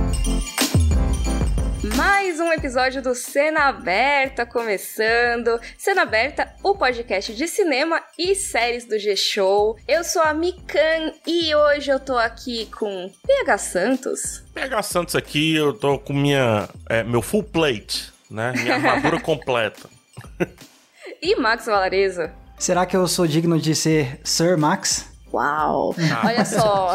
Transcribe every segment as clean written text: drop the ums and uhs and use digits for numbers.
Mais um episódio do Cena Aberta começando. Cena Aberta, o podcast de cinema e séries do G-Show. Eu sou a Mikan e hoje eu tô aqui com PH Santos. PH Santos aqui, eu tô com meu full plate, né? Minha armadura completa. E Max Valarezo. Será que eu sou digno de ser Sir Max? Uau! Olha só...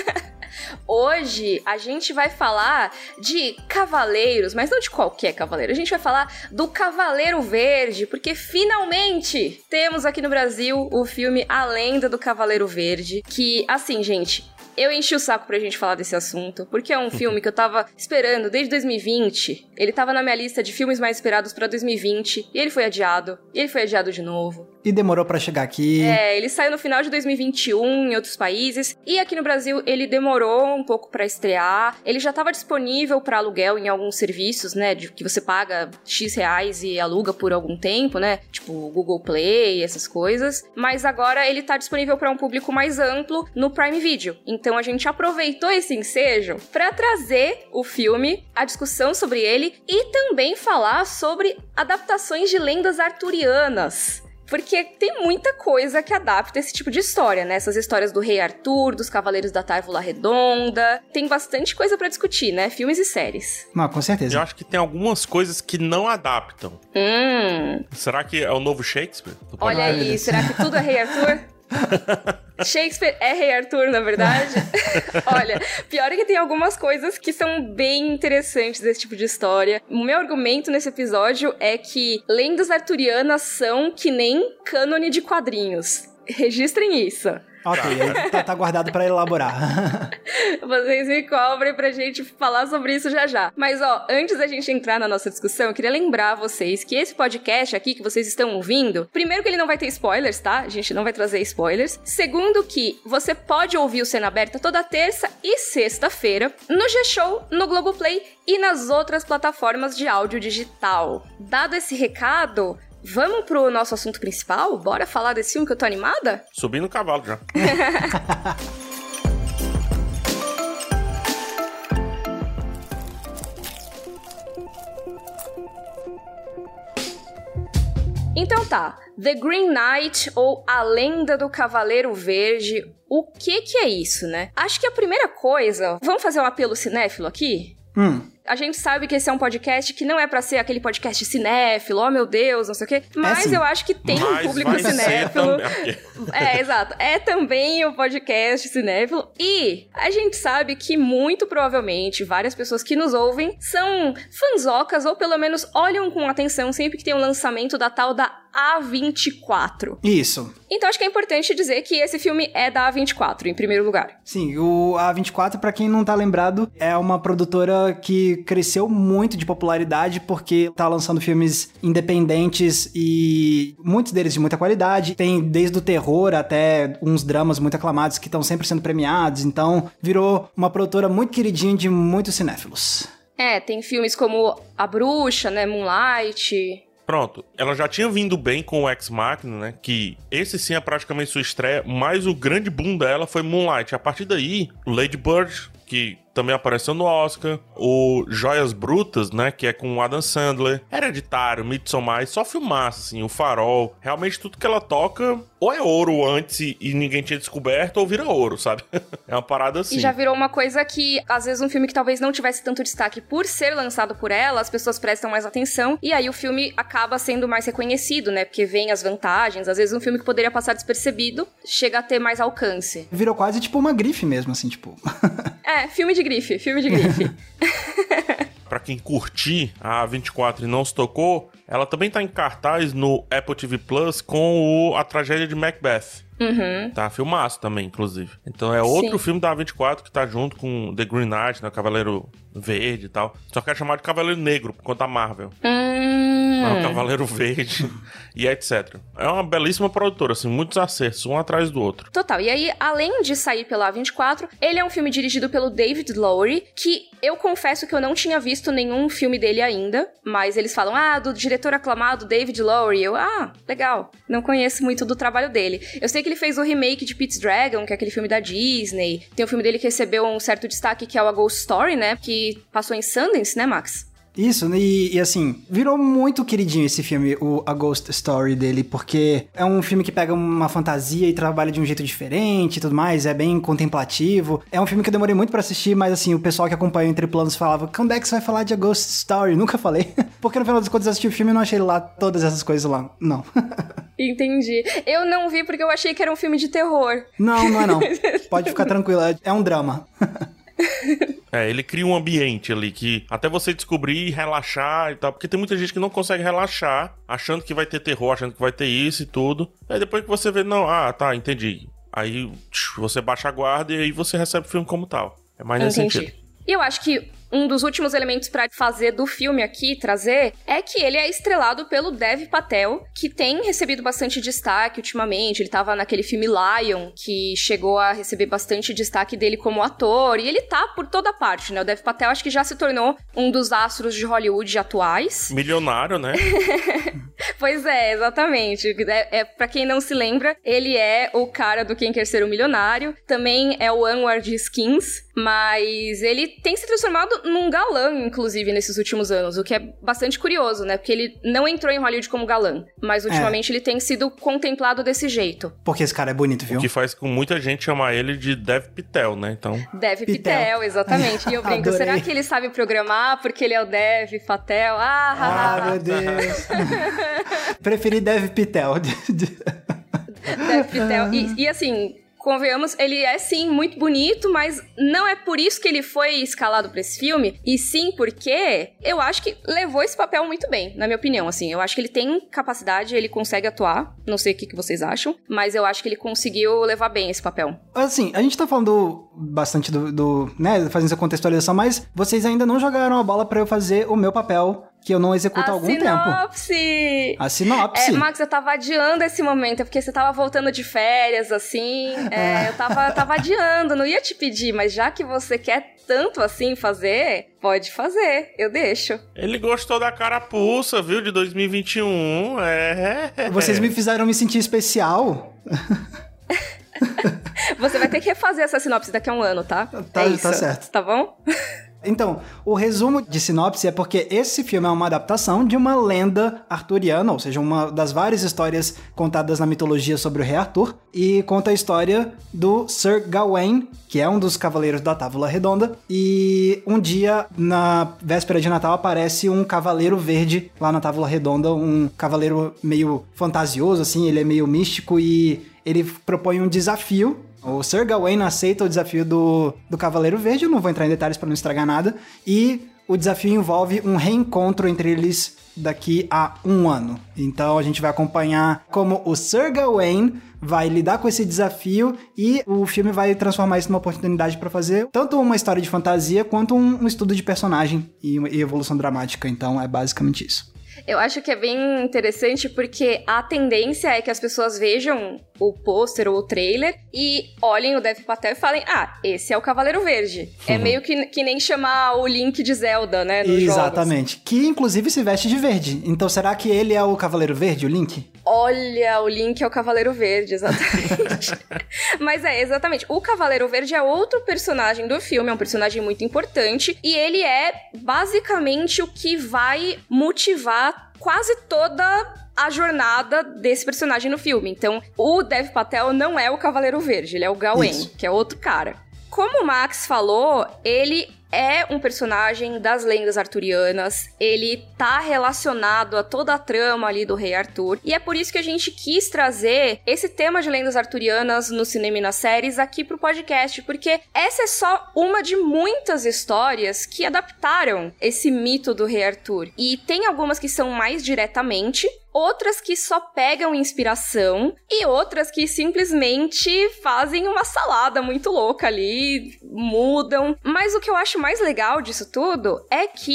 Hoje a gente vai falar de cavaleiros, mas não de qualquer cavaleiro. A gente vai falar do Cavaleiro Verde, porque finalmente temos aqui no Brasil o filme A Lenda do Cavaleiro Verde, que, assim, gente... Eu enchi o saco pra gente falar desse assunto, porque é um filme que eu tava esperando desde 2020. Ele tava na minha lista de filmes mais esperados pra 2020, e ele foi adiado. E ele foi adiado de novo. E demorou pra chegar aqui. Ele saiu no final de 2021 em outros países, e aqui no Brasil ele demorou um pouco pra estrear. Ele já tava disponível pra aluguel em alguns serviços, né, que você paga X reais e aluga por algum tempo, né, tipo Google Play, essas coisas. Mas agora ele tá disponível pra um público mais amplo no Prime Video. Então a gente aproveitou esse ensejo pra trazer o filme, a discussão sobre ele e também falar sobre adaptações de lendas arturianas. Porque tem muita coisa que adapta esse tipo de história, né? Essas histórias do Rei Arthur, dos Cavaleiros da Távola Redonda. Tem bastante coisa pra discutir, né? Filmes e séries. Com certeza. Eu acho que tem algumas coisas que não adaptam. Será que é o novo Shakespeare? Olha aí, será que tudo é Rei Arthur? Shakespeare é Rei Arthur, na verdade? Olha, pior é que tem algumas coisas que são bem interessantes desse tipo de história. O meu argumento nesse episódio é que lendas arturianas são que nem cânone de quadrinhos. Registrem isso. Ok, tá guardado pra elaborar. Vocês me cobrem pra gente falar sobre isso já já. Mas, antes da gente entrar na nossa discussão, eu queria lembrar vocês que esse podcast aqui que vocês estão ouvindo, primeiro que ele não vai ter spoilers, tá? A gente não vai trazer spoilers. Segundo que você pode ouvir o Cena Aberta toda terça e sexta-feira no G-Show, no Globoplay e nas outras plataformas de áudio digital. Dado esse recado... Vamos pro nosso assunto principal? Bora falar desse filme que eu tô animada? Subi no cavalo já. Então tá, The Green Knight ou A Lenda do Cavaleiro Verde, o que é isso, né? Acho que a primeira coisa... Vamos fazer um apelo cinéfilo aqui? A gente sabe que esse é um podcast que não é pra ser aquele podcast cinéfilo, oh meu Deus, não sei o quê. Mas eu acho que tem um público cinéfilo. Exato. É também um podcast cinéfilo. E a gente sabe que muito provavelmente várias pessoas que nos ouvem são fanzocas ou pelo menos olham com atenção sempre que tem um lançamento da tal da A24. Isso. Então acho que é importante dizer que esse filme é da A24, em primeiro lugar. Sim, o A24, pra quem não tá lembrado, é uma produtora que cresceu muito de popularidade porque tá lançando filmes independentes e muitos deles de muita qualidade. Tem desde o terror até uns dramas muito aclamados que estão sempre sendo premiados. Então virou uma produtora muito queridinha de muitos cinéfilos. Tem filmes como A Bruxa, né, Moonlight... Pronto, ela já tinha vindo bem com o Ex Machina, né? Que esse sim é praticamente sua estreia, mas o grande boom dela foi Moonlight. A partir daí, Lady Bird, que também apareceu no Oscar, o Joias Brutas, né, que é com o Adam Sandler, Hereditário, Midsommar, só filmaço, assim, O Farol, realmente tudo que ela toca, ou é ouro antes e ninguém tinha descoberto, ou vira ouro, sabe? É uma parada assim. E já virou uma coisa que, às vezes, um filme que talvez não tivesse tanto destaque por ser lançado por ela, as pessoas prestam mais atenção, e aí o filme acaba sendo mais reconhecido, né, porque vem as vantagens, às vezes um filme que poderia passar despercebido, chega a ter mais alcance. Virou quase, tipo, uma grife mesmo, assim, tipo... filme de grife. Pra quem curtir a A24 e não se tocou, ela também tá em cartaz no Apple TV Plus com A Tragédia de Macbeth. Tá, filmaço também, inclusive. Então é outro filme da A24 que tá junto com The Green Knight, né, Cavaleiro Verde e tal. Só quero chamar de Cavaleiro Negro, por conta da Marvel. O Cavaleiro Verde e etc. É uma belíssima produtora, assim, muitos acertos, um atrás do outro. Total. E aí, além de sair pela A24, ele é um filme dirigido pelo David Lowery, que eu confesso que eu não tinha visto nenhum filme dele ainda, mas eles falam, do diretor aclamado David Lowery. Eu, legal. Não conheço muito do trabalho dele. Eu sei que ele fez o remake de Pete's Dragon, que é aquele filme da Disney. Tem um filme dele que recebeu um certo destaque, que é o A Ghost Story, né? Que passou em Sundance, né, Max? Isso, e assim, virou muito queridinho esse filme, A Ghost Story dele, porque é um filme que pega uma fantasia e trabalha de um jeito diferente e tudo mais, é bem contemplativo. É um filme que eu demorei muito pra assistir, mas assim, o pessoal que acompanha o Entre Planos falava, quando é que você vai falar de A Ghost Story? Nunca falei, porque no final das contas eu assisti o filme e não achei lá todas essas coisas lá, não. Entendi. Eu não vi porque eu achei que era um filme de terror. Não, não é não. Pode ficar tranquila, é um drama. Ele cria um ambiente ali que até você descobrir e relaxar e tal, porque tem muita gente que não consegue relaxar, achando que vai ter terror, achando que vai ter isso e tudo. Aí depois que você vê, não, tá, entendi. Aí você baixa a guarda e aí você recebe o filme como tal. É mais nesse sentido. E eu acho que um dos últimos elementos pra fazer do filme aqui, trazer, é que ele é estrelado pelo Dev Patel, que tem recebido bastante destaque ultimamente. Ele tava naquele filme Lion, que chegou a receber bastante destaque dele como ator, e ele tá por toda parte, né? O Dev Patel acho que já se tornou um dos astros de Hollywood atuais. Milionário, né? Pois é, exatamente. Pra quem não se lembra, ele é o cara do Quem Quer Ser um Milionário, também é o Anwar de Skins, mas ele tem se transformado num galã, inclusive, nesses últimos anos, o que é bastante curioso, né? Porque ele não entrou em Hollywood como galã, mas ultimamente ele tem sido contemplado desse jeito. Porque esse cara é bonito, viu? O que faz com muita gente chamar ele de Dev Patel, né? Então... Dev Patel, exatamente. E eu brinco, será que ele sabe programar porque ele é o Dev Patel? Meu Deus. Preferi Dev Patel. Dev Patel. E assim... Convenhamos, ele é sim muito bonito, mas não é por isso que ele foi escalado pra esse filme, e sim porque eu acho que levou esse papel muito bem, na minha opinião, assim. Eu acho que ele tem capacidade, ele consegue atuar, não sei o que vocês acham, mas eu acho que ele conseguiu levar bem esse papel. Assim, a gente tá falando bastante né, fazendo essa contextualização, mas vocês ainda não jogaram a bola pra eu fazer o meu papel, que eu não executo há algum tempo. A sinopse! Max, eu tava adiando esse momento, é porque você tava voltando de férias, assim, eu tava adiando, não ia te pedir, mas já que você quer tanto assim fazer, pode fazer, eu deixo. Ele gostou da carapuça, viu, de 2021, Vocês me fizeram me sentir especial. Você vai ter que refazer essa sinopse daqui a um ano, tá? Tá certo. Tá bom? Então, o resumo de sinopse é porque esse filme é uma adaptação de uma lenda arturiana, ou seja, uma das várias histórias contadas na mitologia sobre o rei Arthur, e conta a história do Sir Gawain, que é um dos cavaleiros da Távola Redonda, e um dia, na véspera de Natal, aparece um cavaleiro verde lá na Távola Redonda, um cavaleiro meio fantasioso, assim, ele é meio místico e ele propõe um desafio. O Sir Gawain aceita o desafio do Cavaleiro Verde, eu não vou entrar em detalhes para não estragar nada, e o desafio envolve um reencontro entre eles daqui a um ano. Então a gente vai acompanhar como o Sir Gawain vai lidar com esse desafio e o filme vai transformar isso numa oportunidade para fazer tanto uma história de fantasia quanto um estudo de personagem e evolução dramática. Então é basicamente isso. Eu acho que é bem interessante porque a tendência é que as pessoas vejam o pôster ou o trailer e olhem o Dev Patel e falem, esse é o Cavaleiro Verde. É meio que nem chamar o Link de Zelda, né, nos Exatamente. jogos. Que inclusive se veste de verde. Então será que ele é o Cavaleiro Verde, o Link? Olha, o Link é o Cavaleiro Verde, exatamente. Mas exatamente. O Cavaleiro Verde é outro personagem do filme, é um personagem muito importante e ele é basicamente o que vai motivar quase toda a jornada desse personagem no filme. Então, o Dev Patel não é o Cavaleiro Verde, ele é o Gawain, que é outro cara. Como o Max falou, ele é um personagem das lendas arturianas, ele tá relacionado a toda a trama ali do rei Arthur, e é por isso que a gente quis trazer esse tema de lendas arturianas no cinema e nas séries aqui pro podcast, porque essa é só uma de muitas histórias que adaptaram esse mito do rei Arthur, e tem algumas que são mais diretamente, outras que só pegam inspiração e outras que simplesmente fazem uma salada muito louca ali, mudam. Mas o que eu acho mais legal disso tudo é que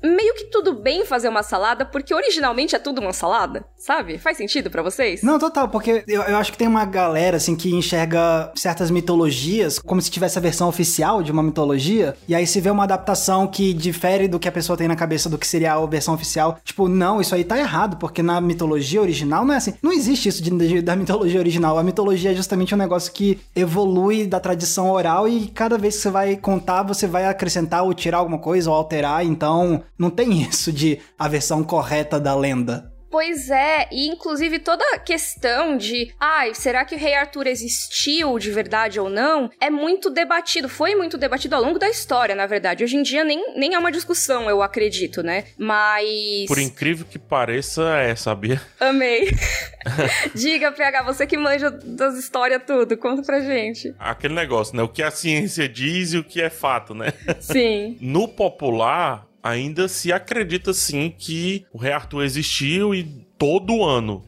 meio que tudo bem fazer uma salada, porque originalmente é tudo uma salada, sabe? Faz sentido pra vocês? Não, total, porque eu acho que tem uma galera, assim, que enxerga certas mitologias como se tivesse a versão oficial de uma mitologia, e aí se vê uma adaptação que difere do que a pessoa tem na cabeça do que seria a versão oficial. Tipo, não, isso aí tá errado, porque na mitologia original não é assim. Não existe isso da mitologia original. A mitologia é justamente um negócio que evolui da tradição oral e cada vez que você vai contar, você vai acrescentar ou tirar alguma coisa ou alterar, então não tem isso de a versão correta da lenda. Pois é, e inclusive toda a questão de, será que o Rei Arthur existiu de verdade ou não, é muito debatido, foi muito debatido ao longo da história, na verdade. Hoje em dia nem é uma discussão, eu acredito, né? Mas... Por incrível que pareça, sabia? Amei. Diga, PH, você que manja das histórias tudo, conta pra gente. Aquele negócio, né? O que a ciência diz e o que é fato, né? Sim. No popular, ainda se acredita sim que o Rei Arthur existiu e todo ano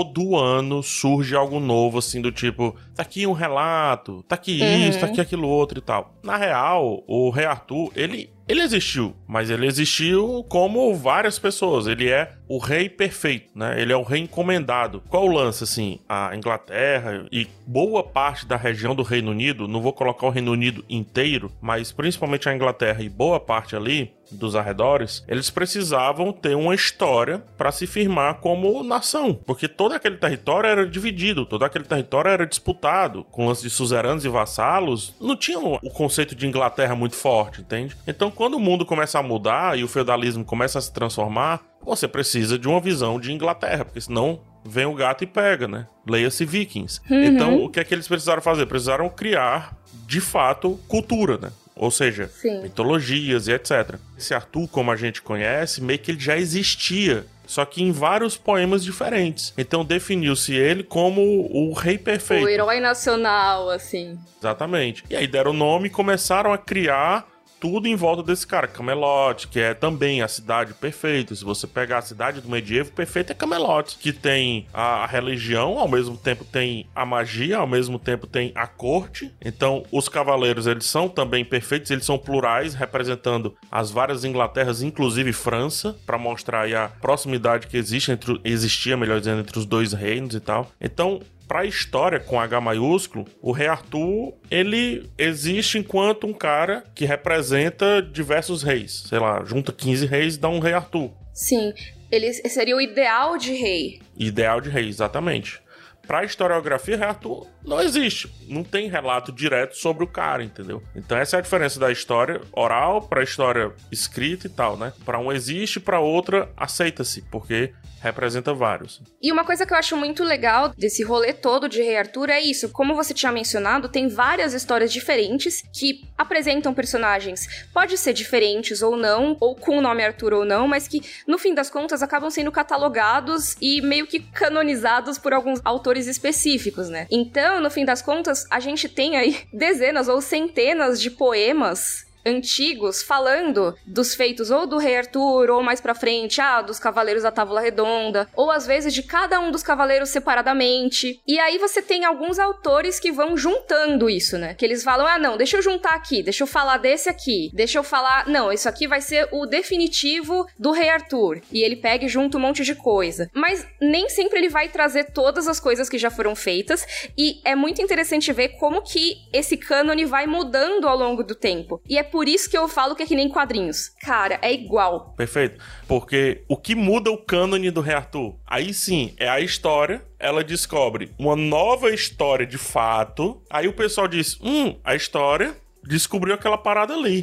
surge algo novo, assim, do tipo, tá aqui um relato, tá aqui isso, tá aqui aquilo outro e tal. Na real, o Rei Arthur, ele existiu, mas ele existiu como várias pessoas. Ele é o rei perfeito, né? Ele é o rei encomendado. Qual o lance, assim? A Inglaterra e boa parte da região do Reino Unido, não vou colocar o Reino Unido inteiro, mas principalmente a Inglaterra e boa parte ali dos arredores, eles precisavam ter uma história para se firmar como nação, porque todo aquele território era dividido, todo aquele território era disputado, com lance de suzeranos e vassalos, não tinha o conceito de Inglaterra muito forte, entende? Então, quando o mundo começa a mudar e o feudalismo começa a se transformar, você precisa de uma visão de Inglaterra, porque senão vem o gato e pega, né? Leia-se Vikings. Então, o que é que eles precisaram fazer? Precisaram criar, de fato, cultura, né? Ou seja, mitologias e etc. Esse Arthur, como a gente conhece, meio que ele já existia, só que em vários poemas diferentes. Então definiu-se ele como o rei perfeito. O herói nacional, assim. Exatamente. E aí deram o nome e começaram a criar tudo em volta desse cara. Camelot, que é também a cidade perfeita. Se você pegar a cidade do medievo, perfeita é Camelot, que tem a religião, ao mesmo tempo tem a magia, ao mesmo tempo tem a corte. Então, os cavaleiros, eles são também perfeitos, eles são plurais, representando as várias Inglaterras, inclusive França, para mostrar aí a proximidade que existia, melhor dizendo, entre os dois reinos e tal. Então, para a história com H maiúsculo, o Rei Arthur, ele existe enquanto um cara que representa diversos reis. Sei lá, junta 15 reis e dá um Rei Arthur. Sim, ele seria o ideal de rei. Ideal de rei, exatamente. Pra historiografia, Rei Arthur não existe. Não tem relato direto sobre o cara, entendeu? Então essa é a diferença da história oral pra história escrita e tal, né? Pra um existe, pra outra aceita-se, porque representa vários. E uma coisa que eu acho muito legal desse rolê todo de Rei Arthur é isso. Como você tinha mencionado, tem várias histórias diferentes que apresentam personagens. Pode ser diferentes ou não, ou com o nome Arthur ou não, mas que, no fim das contas, acabam sendo catalogados e meio que canonizados por alguns autores específicos, né? Então, no fim das contas, a gente tem aí dezenas ou centenas de poemas antigos falando dos feitos ou do Rei Arthur, ou mais pra frente, dos Cavaleiros da Távola Redonda, ou às vezes de cada um dos cavaleiros separadamente. E aí você tem alguns autores que vão juntando isso, né? Que eles falam, não, deixa eu juntar aqui, deixa eu falar desse aqui, deixa eu falar, não, isso aqui vai ser o definitivo do Rei Arthur. E ele pega e junta um monte de coisa. Mas nem sempre ele vai trazer todas as coisas que já foram feitas, e é muito interessante ver como que esse cânone vai mudando ao longo do tempo. E é por isso que eu falo que é que nem quadrinhos. Cara, é igual. Perfeito. Porque o que muda o cânone do Rei Arthur? Aí sim, é a história. Ela descobre uma nova história de fato. Aí o pessoal diz, a história descobriu aquela parada ali.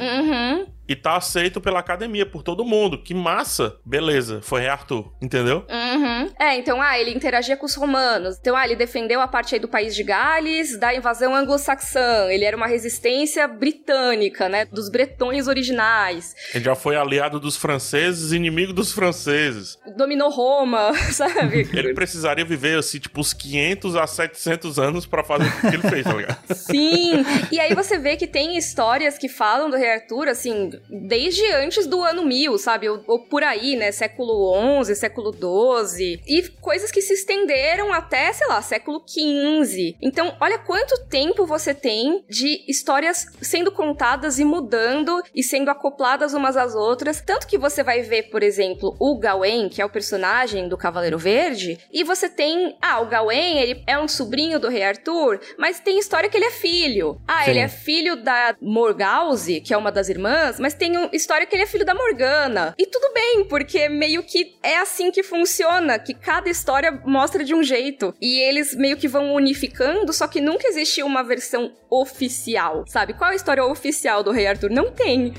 E tá aceito pela academia, por todo mundo. Que massa. Beleza, foi Rei Arthur, entendeu? Então, ele interagia com os romanos. Então, ele defendeu a parte aí do país de Gales, da invasão anglo-saxã. Ele era uma resistência britânica, né? Dos bretões originais. Ele já foi aliado dos franceses, inimigo dos franceses. Dominou Roma, sabe? Ele precisaria viver, assim, tipo, uns 500 a 700 anos pra fazer o que ele fez, tá ligado? Sim! E aí você vê que tem histórias que falam do Rei Arthur, assim, desde antes do ano 1000, sabe? Ou por aí, né? Século XI, século XII. E coisas que se estenderam até, sei lá, século XV. Então, olha quanto tempo você tem de histórias sendo contadas e mudando e sendo acopladas umas às outras. Tanto que você vai ver, por exemplo, o Gawain, que é o personagem do Cavaleiro Verde, e você tem, o Gawain, ele é um sobrinho do Rei Arthur, mas tem história que ele é filho. Sim. Ele é filho da Morgause, que é uma das irmãs, mas tem história que ele é filho da Morgana. E tudo bem, porque meio que é assim que funciona, que cada história mostra de um jeito. E eles meio que vão unificando, só que nunca existe uma versão oficial, sabe? Qual é a história oficial do Rei Arthur? Não tem.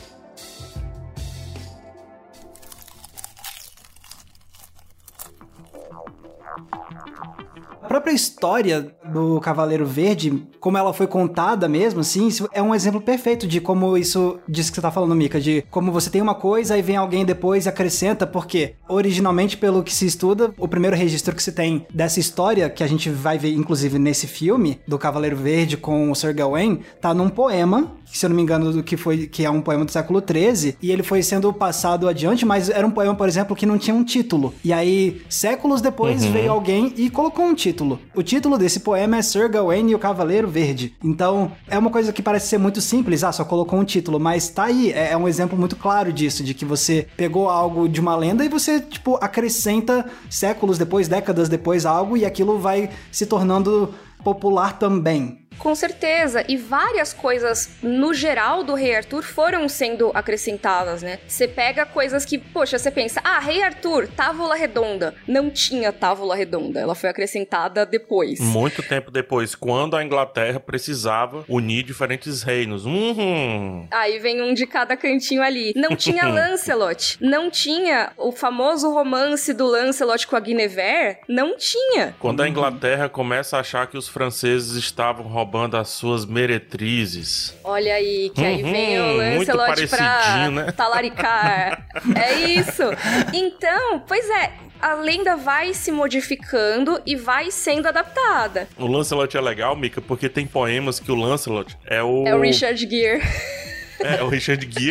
A própria história do Cavaleiro Verde, como ela foi contada mesmo, assim, isso é um exemplo perfeito de como isso, disso que você tá falando, Mika, de como você tem uma coisa e vem alguém depois e acrescenta, porque originalmente, pelo que se estuda, o primeiro registro que se tem dessa história, que a gente vai ver, inclusive, nesse filme, do Cavaleiro Verde com o Sir Gawain, tá num poema, se eu não me engano, que é um poema do século XIII, e ele foi sendo passado adiante, mas era um poema, por exemplo, que não tinha um título. E aí, séculos depois, veio alguém e colocou um título. O título desse poema é Sir Gawain e o Cavaleiro Verde. Então, é uma coisa que parece ser muito simples, só colocou um título, mas tá aí, é um exemplo muito claro disso, de que você pegou algo de uma lenda e você, tipo, acrescenta séculos depois, décadas depois algo, e aquilo vai se tornando popular também. Com certeza, e várias coisas no geral do Rei Arthur foram sendo acrescentadas, né? Você pega coisas que, poxa, você pensa, Rei Arthur, távola redonda. Não tinha távola redonda, ela foi acrescentada depois. Muito tempo depois, quando a Inglaterra precisava unir diferentes reinos. Aí vem um de cada cantinho ali. Não tinha Lancelot, não tinha o famoso romance do Lancelot com a Guinevere, não tinha. Quando a Inglaterra começa a achar que os franceses estavam roubando as suas meretrizes. Olha aí, que aí vem o Lancelot pra né? talaricar. É isso. Então, pois é, a lenda vai se modificando e vai sendo adaptada. O Lancelot é legal, Mika, porque tem poemas que o Lancelot é o Richard Gere. É, o Richard Gere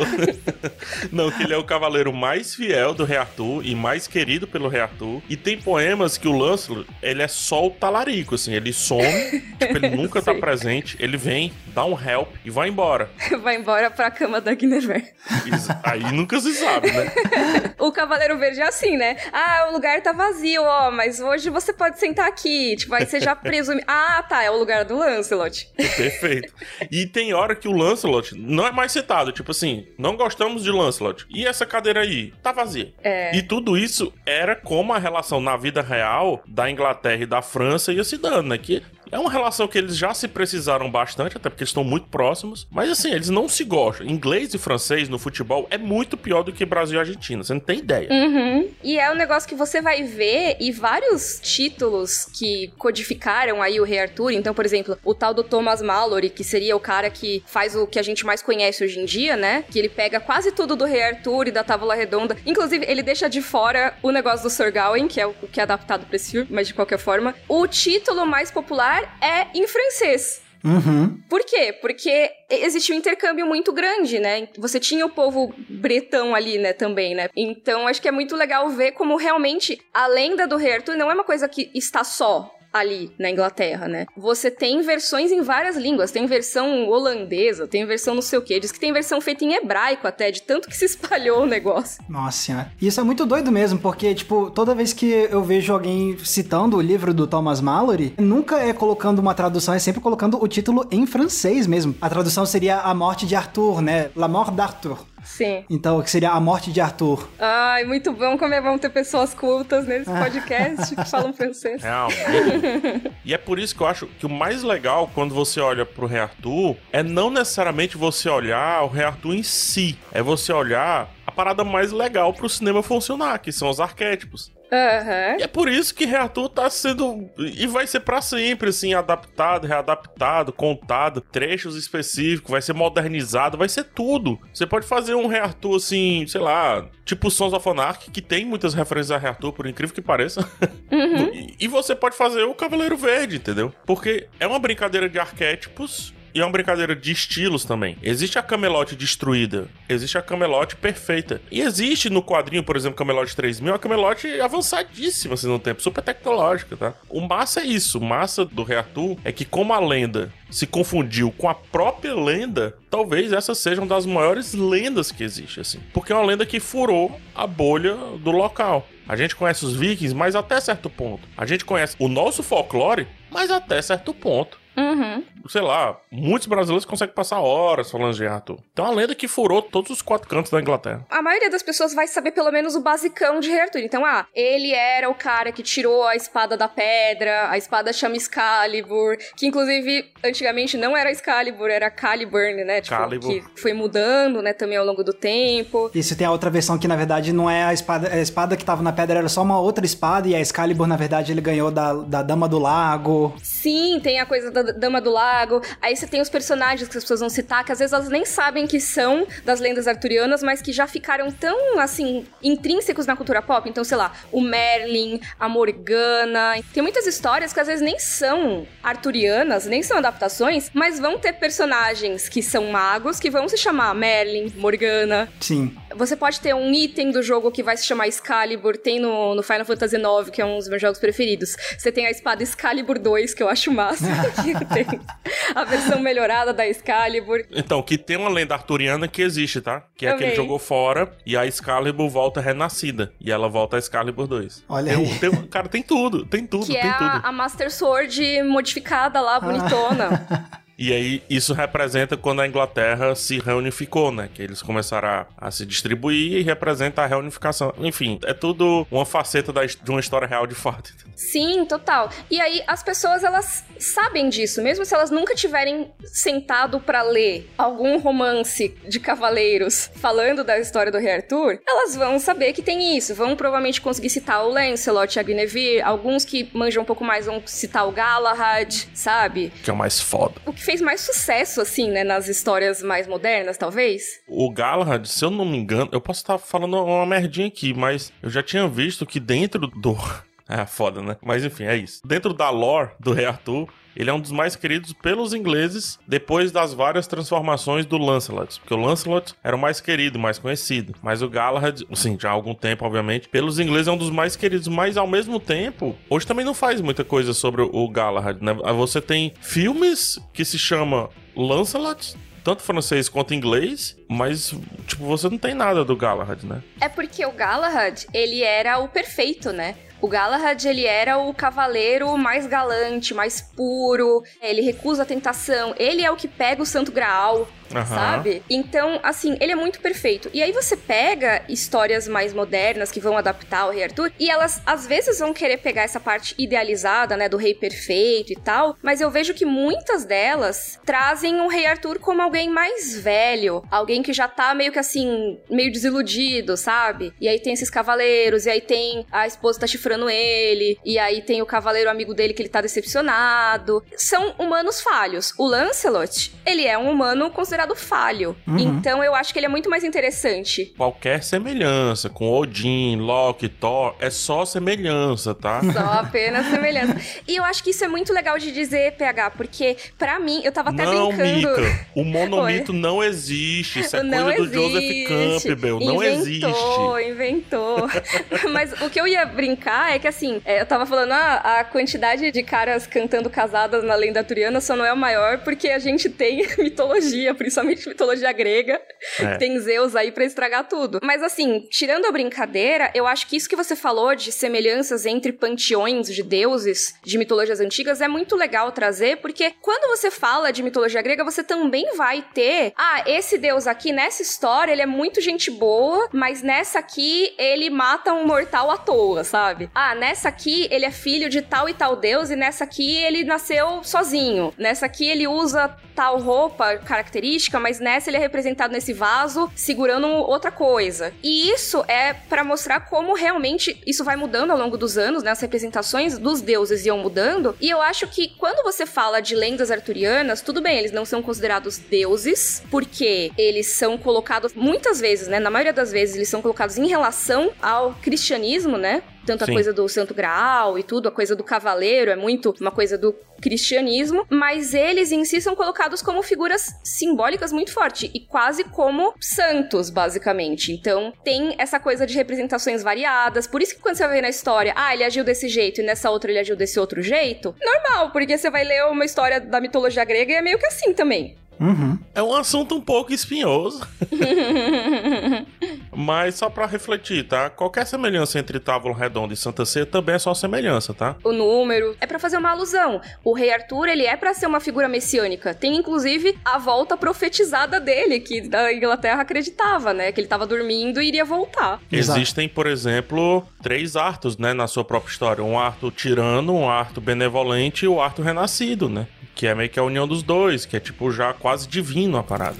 Não, que ele é o cavaleiro mais fiel do Rei Arthur e mais querido pelo Rei Arthur. E tem poemas que o Lancelot, ele é só o talarico, assim. Ele some, tipo, ele nunca tá presente. Ele vem, dá um help e vai embora. Vai embora pra cama da Guinevere. Aí nunca se sabe, né? O Cavaleiro Verde é assim, né? O lugar tá vazio, mas hoje você pode sentar aqui. Tipo, aí você já presume... tá, é o lugar do Lancelot. Perfeito. E tem hora que o Lancelot não é mais citado, tipo assim, não gostamos de Lancelot. E essa cadeira aí? Tá vazia. E tudo isso era como a relação na vida real da Inglaterra e da França ia se dando, né? Que é uma relação que eles já se precisaram bastante, até porque eles estão muito próximos. Mas assim, eles não se gostam. Inglês e francês no futebol é muito pior do que Brasil e Argentina. Você não tem ideia. E é um negócio que você vai ver e vários títulos que codificaram aí o Rei Arthur. Então, por exemplo, o tal do Thomas Malory, que seria o cara que faz o que a gente mais conhece hoje em dia, né? Que ele pega quase tudo do Rei Arthur e da Távola Redonda. Inclusive, ele deixa de fora o negócio do Sir Gawain, que é o que é adaptado pra esse filme, mas de qualquer forma. O título mais popular é em francês. Por quê? Porque existia um intercâmbio muito grande, né? Você tinha o povo bretão ali, né, também, né? Então, acho que é muito legal ver como realmente a lenda do Rei Arthur não é uma coisa que está só ali na Inglaterra, né? Você tem versões em várias línguas, tem versão holandesa, tem versão não sei o quê, diz que tem versão feita em hebraico até, de tanto que se espalhou o negócio. Nossa senhora. E isso é muito doido mesmo, porque, tipo, toda vez que eu vejo alguém citando o livro do Thomas Malory, nunca é colocando uma tradução, é sempre colocando o título em francês mesmo. A tradução seria A Morte de Arthur, né? La Mort d'Arthur. Sim. Então, que seria A Morte de Arthur. Ai, muito bom como é bom ter pessoas cultas nesse podcast que falam francês. Realmente. E é por isso que eu acho que o mais legal quando você olha pro Rei Arthur é não necessariamente você olhar o Rei Arthur em si, é você olhar a parada mais legal pro cinema funcionar, que são os arquétipos. E é por isso que Rei Arthur tá sendo, e vai ser pra sempre, assim, adaptado, readaptado, contado, trechos específicos, vai ser modernizado, vai ser tudo. Você pode fazer um Rei Arthur, assim, sei lá, tipo Sons of Anarchy, que tem muitas referências a Rei Arthur, por incrível que pareça. E você pode fazer o Cavaleiro Verde, entendeu? Porque é uma brincadeira de arquétipos E é uma brincadeira de estilos também. Existe a Camelot destruída, existe a Camelot perfeita. E existe no quadrinho, por exemplo, Camelot 3000, a Camelot avançadíssima, assim, no tempo, super tecnológica, tá? O massa é isso, o massa do Rei Arthur é que como a lenda se confundiu com a própria lenda, talvez essa seja uma das maiores lendas que existe, assim. Porque é uma lenda que furou a bolha do local. A gente conhece os vikings, mas até certo ponto. A gente conhece o nosso folclore, mas até certo ponto. Uhum. Sei lá, muitos brasileiros conseguem passar horas falando de Arthur. Então é uma lenda que furou todos os 4 cantos da Inglaterra. A maioria das pessoas vai saber pelo menos o basicão de Rei Arthur. Então, ele era o cara que tirou a espada da pedra, a espada chama Excalibur, que inclusive antigamente não era Excalibur, era Caliburn, né? Tipo, Calibur. que foi mudando, né, também ao longo do tempo. Isso, tem a outra versão que na verdade não é a espada que tava na pedra, era só uma outra espada, e a Excalibur na verdade ele ganhou da Dama do Lago. Sim, tem a coisa da Dama do Lago. Aí você tem os personagens que as pessoas vão citar, que às vezes elas nem sabem que são das lendas arturianas, mas que já ficaram tão, assim, intrínsecos na cultura pop. Então, sei lá, o Merlin, a Morgana. Tem muitas histórias que às vezes nem são arturianas, nem são adaptações, mas vão ter personagens que são magos, que vão se chamar Merlin, Morgana. Sim. Você pode ter um item do jogo que vai se chamar Excalibur, tem no Final Fantasy IX, que é um dos meus jogos preferidos. Você tem a espada Excalibur 2, que eu acho massa, que tem a versão melhorada da Excalibur. Então, que tem uma lenda arturiana que existe, tá? Que é Também. que ele jogou fora e a Excalibur volta renascida. E ela volta a Excalibur 2. Olha aí. Cara, tem tudo. Que tem é tudo. a Master Sword modificada lá, bonitona. E aí, isso representa quando a Inglaterra se reunificou, né? Que eles começaram a se distribuir e representa a reunificação. Enfim, é tudo uma faceta de uma história real de fato. Sim, total. E aí, as pessoas, elas sabem disso. Mesmo se elas nunca tiverem sentado pra ler algum romance de cavaleiros falando da história do Rei Arthur, elas vão saber que tem isso. Vão provavelmente conseguir citar o Lancelot e a Guinevere. Alguns que manjam um pouco mais vão citar o Galahad, sabe? Que é o mais foda. O que fez mais sucesso, assim, né, nas histórias mais modernas, talvez. O Galahad, se eu não me engano, eu posso estar falando uma merdinha aqui, mas eu já tinha visto que dentro do... foda, né? Mas enfim, é isso. Dentro da lore do Rei Arthur, ele é um dos mais queridos pelos ingleses depois das várias transformações do Lancelot. Porque o Lancelot era o mais querido, mais conhecido. Mas o Galahad, assim, já há algum tempo, obviamente, pelos ingleses é um dos mais queridos. Mas, ao mesmo tempo, hoje também não faz muita coisa sobre o Galahad, né? Você tem filmes que se chama Lancelot, tanto francês quanto inglês, mas, tipo, você não tem nada do Galahad, né? É porque o Galahad, ele era o perfeito, né? O Galahad, ele era o cavaleiro mais galante, mais puro, ele recusa a tentação, ele é o que pega o Santo Graal, sabe? Então, assim, ele é muito perfeito. E aí você pega histórias mais modernas que vão adaptar o Rei Arthur, e elas, às vezes, vão querer pegar essa parte idealizada, né, do rei perfeito e tal, mas eu vejo que muitas delas trazem o Rei Arthur como alguém mais velho, alguém que já tá meio que, assim, meio desiludido, sabe? E aí tem esses cavaleiros, e aí tem a esposa tá chifrando ele, e aí tem o cavaleiro amigo dele que ele tá decepcionado. São humanos falhos. O Lancelot, ele é um humano considerado falho. Então eu acho que ele é muito mais interessante. Qualquer semelhança com Odin, Loki, Thor, é só semelhança, tá? Só apenas semelhança. E eu acho que isso é muito legal de dizer, PH, porque pra mim, eu tava até brincando... Não, Mika, o monomito não existe. Isso é não coisa existe. do Joseph Campbell, não existe. Inventou. Mas o que eu ia brincar é que, assim, eu tava falando, a quantidade de caras cantando casadas na lenda arturiana só não é o maior porque a gente tem mitologia, principalmente mitologia grega. Tem Zeus aí pra estragar tudo. Mas, assim, tirando a brincadeira, eu acho que isso que você falou de semelhanças entre panteões de deuses de mitologias antigas é muito legal trazer, porque quando você fala de mitologia grega, você também vai ter, esse deus aqui, nessa história, ele é muito gente boa, mas nessa aqui, ele mata um mortal à toa, sabe? Nessa aqui ele é filho de tal e tal deus, e nessa aqui ele nasceu sozinho. Nessa aqui ele usa tal roupa característica, mas nessa ele é representado nesse vaso segurando outra coisa. E isso é pra mostrar como realmente isso vai mudando ao longo dos anos, né? As representações dos deuses iam mudando. E eu acho que quando você fala de lendas arturianas, tudo bem, eles não são considerados deuses, porque eles são colocados muitas vezes, né? Na maioria das vezes eles são colocados em relação ao cristianismo, né? Tanto a coisa do Santo Graal e tudo, a coisa do cavaleiro é muito uma coisa do cristianismo, mas eles em si são colocados como figuras simbólicas muito forte e quase como santos, basicamente. Então, tem essa coisa de representações variadas, por isso que quando você vai ver na história, ele agiu desse jeito e nessa outra ele agiu desse outro jeito, normal, porque você vai ler uma história da mitologia grega e é meio que assim também. Uhum. É um assunto um pouco espinhoso. Mas só pra refletir, tá? Qualquer semelhança entre Távola Redonda e Santa Ceia também é só semelhança, tá? O número é pra fazer uma alusão. O rei Arthur, ele é pra ser uma figura messiânica. Tem, inclusive, a volta profetizada dele, que a Inglaterra acreditava, né? Que ele tava dormindo e iria voltar. Existem, por exemplo, 3 Arthurs, né? Na sua própria história. Um Arthur tirano, um Arthur benevolente e o Arthur renascido, né? Que é meio que a união dos dois, que é tipo já quase divino a parada.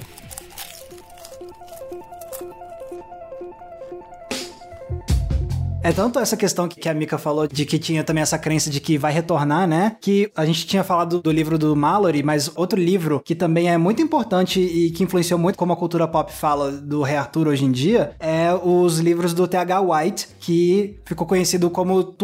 É tanto essa questão que a Mika falou, de que tinha também essa crença de que vai retornar, né? Que a gente tinha falado do livro do Malory, mas outro livro que também é muito importante e que influenciou muito como a cultura pop fala do Rei Arthur hoje em dia, é os livros do T.H. White, que ficou conhecido como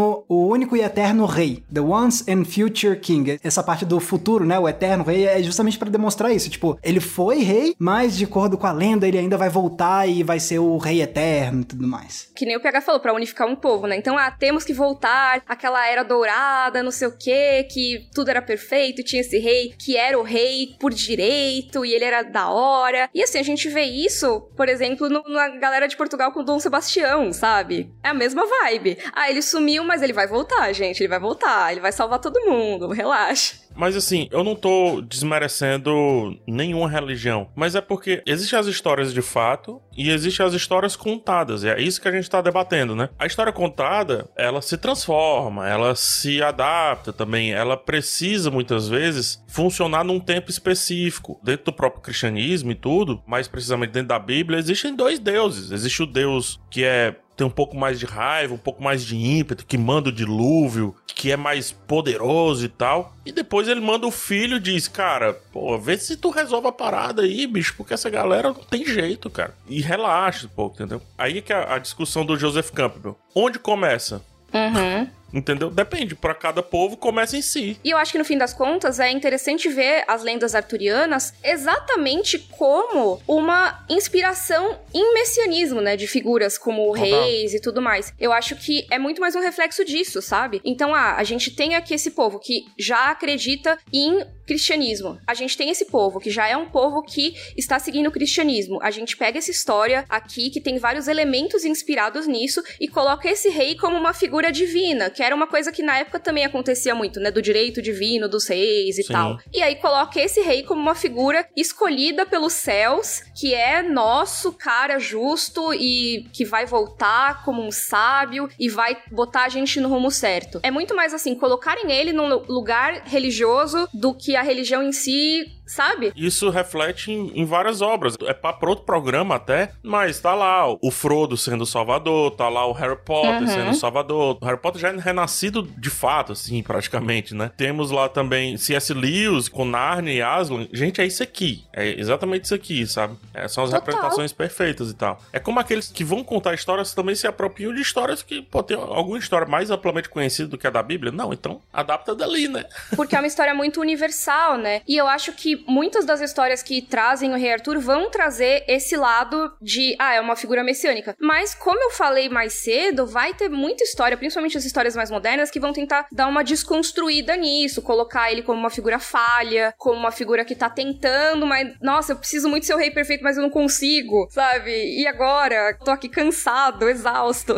o único e eterno rei. The Once and Future King. Essa parte do futuro, né? O eterno rei é justamente para demonstrar isso. Tipo, ele foi rei, mas de acordo com a lenda, ele ainda vai voltar e vai ser o rei eterno e tudo mais. Que nem o PH falou, pra unificar um povo, né? Então, temos que voltar àquela era dourada, não sei o quê, que tudo era perfeito, tinha esse rei que era o rei por direito e ele era da hora. E assim, a gente vê isso, por exemplo, na galera de Portugal com Dom Sebastião, sabe? É a mesma vibe. Ele sumiu, mas ele vai voltar, gente. Ele vai voltar, ele vai salvar todo mundo, relaxa. Mas assim, eu não tô desmerecendo nenhuma religião, mas é porque existem as histórias de fato e existem as histórias contadas, e é isso que a gente tá debatendo, né? A história contada, ela se transforma, ela se adapta também, ela precisa muitas vezes funcionar num tempo específico. Dentro do próprio cristianismo e tudo, mais precisamente dentro da Bíblia, existem 2 deuses. Existe o Deus que tem um pouco mais de raiva, um pouco mais de ímpeto, que manda o dilúvio, que é mais poderoso e tal. E depois ele manda o filho e diz, cara, vê se tu resolve a parada aí, bicho, porque essa galera não tem jeito, cara. E relaxa um pouco, entendeu? Aí é que a discussão do Joseph Campbell. Onde começa? Uhum. Entendeu? Depende, pra cada povo começa em si. E eu acho que no fim das contas é interessante ver as lendas arturianas exatamente como uma inspiração em messianismo, né? De figuras como reis e tudo mais. Eu acho que é muito mais um reflexo disso, sabe? Então, a gente tem aqui esse povo que já acredita em cristianismo. A gente tem esse povo que já é um povo que está seguindo o cristianismo. A gente pega essa história aqui que tem vários elementos inspirados nisso e coloca esse rei como uma figura divina, que era uma coisa que na época também acontecia muito, né? Do direito divino dos reis e tal. E aí coloca esse rei como uma figura escolhida pelos céus, que é nosso cara justo e que vai voltar como um sábio e vai botar a gente no rumo certo. É muito mais assim, colocarem ele num lugar religioso do que a religião em si, sabe? Isso reflete em várias obras. É pra outro programa até, mas tá lá o Frodo sendo o Salvador, tá lá o Harry Potter sendo o Salvador. O Harry Potter já é renascido de fato, assim, praticamente, né? Temos lá também C.S. Lewis com Narnia e Aslan. Gente, é isso aqui. É exatamente isso aqui, sabe? São as representações perfeitas e tal. É como aqueles que vão contar histórias também se apropriam de histórias que, tem alguma história mais amplamente conhecida do que a da Bíblia. Não, então adapta dali, né? Porque é uma história muito universal, né? E eu acho que muitas das histórias que trazem o Rei Arthur vão trazer esse lado de, é uma figura messiânica. Mas, como eu falei mais cedo, vai ter muita história, principalmente as histórias mais modernas, que vão tentar dar uma desconstruída nisso, colocar ele como uma figura falha, como uma figura que tá tentando, mas, nossa, eu preciso muito ser o rei perfeito, mas eu não consigo, sabe? E agora? Tô aqui cansado, exausto.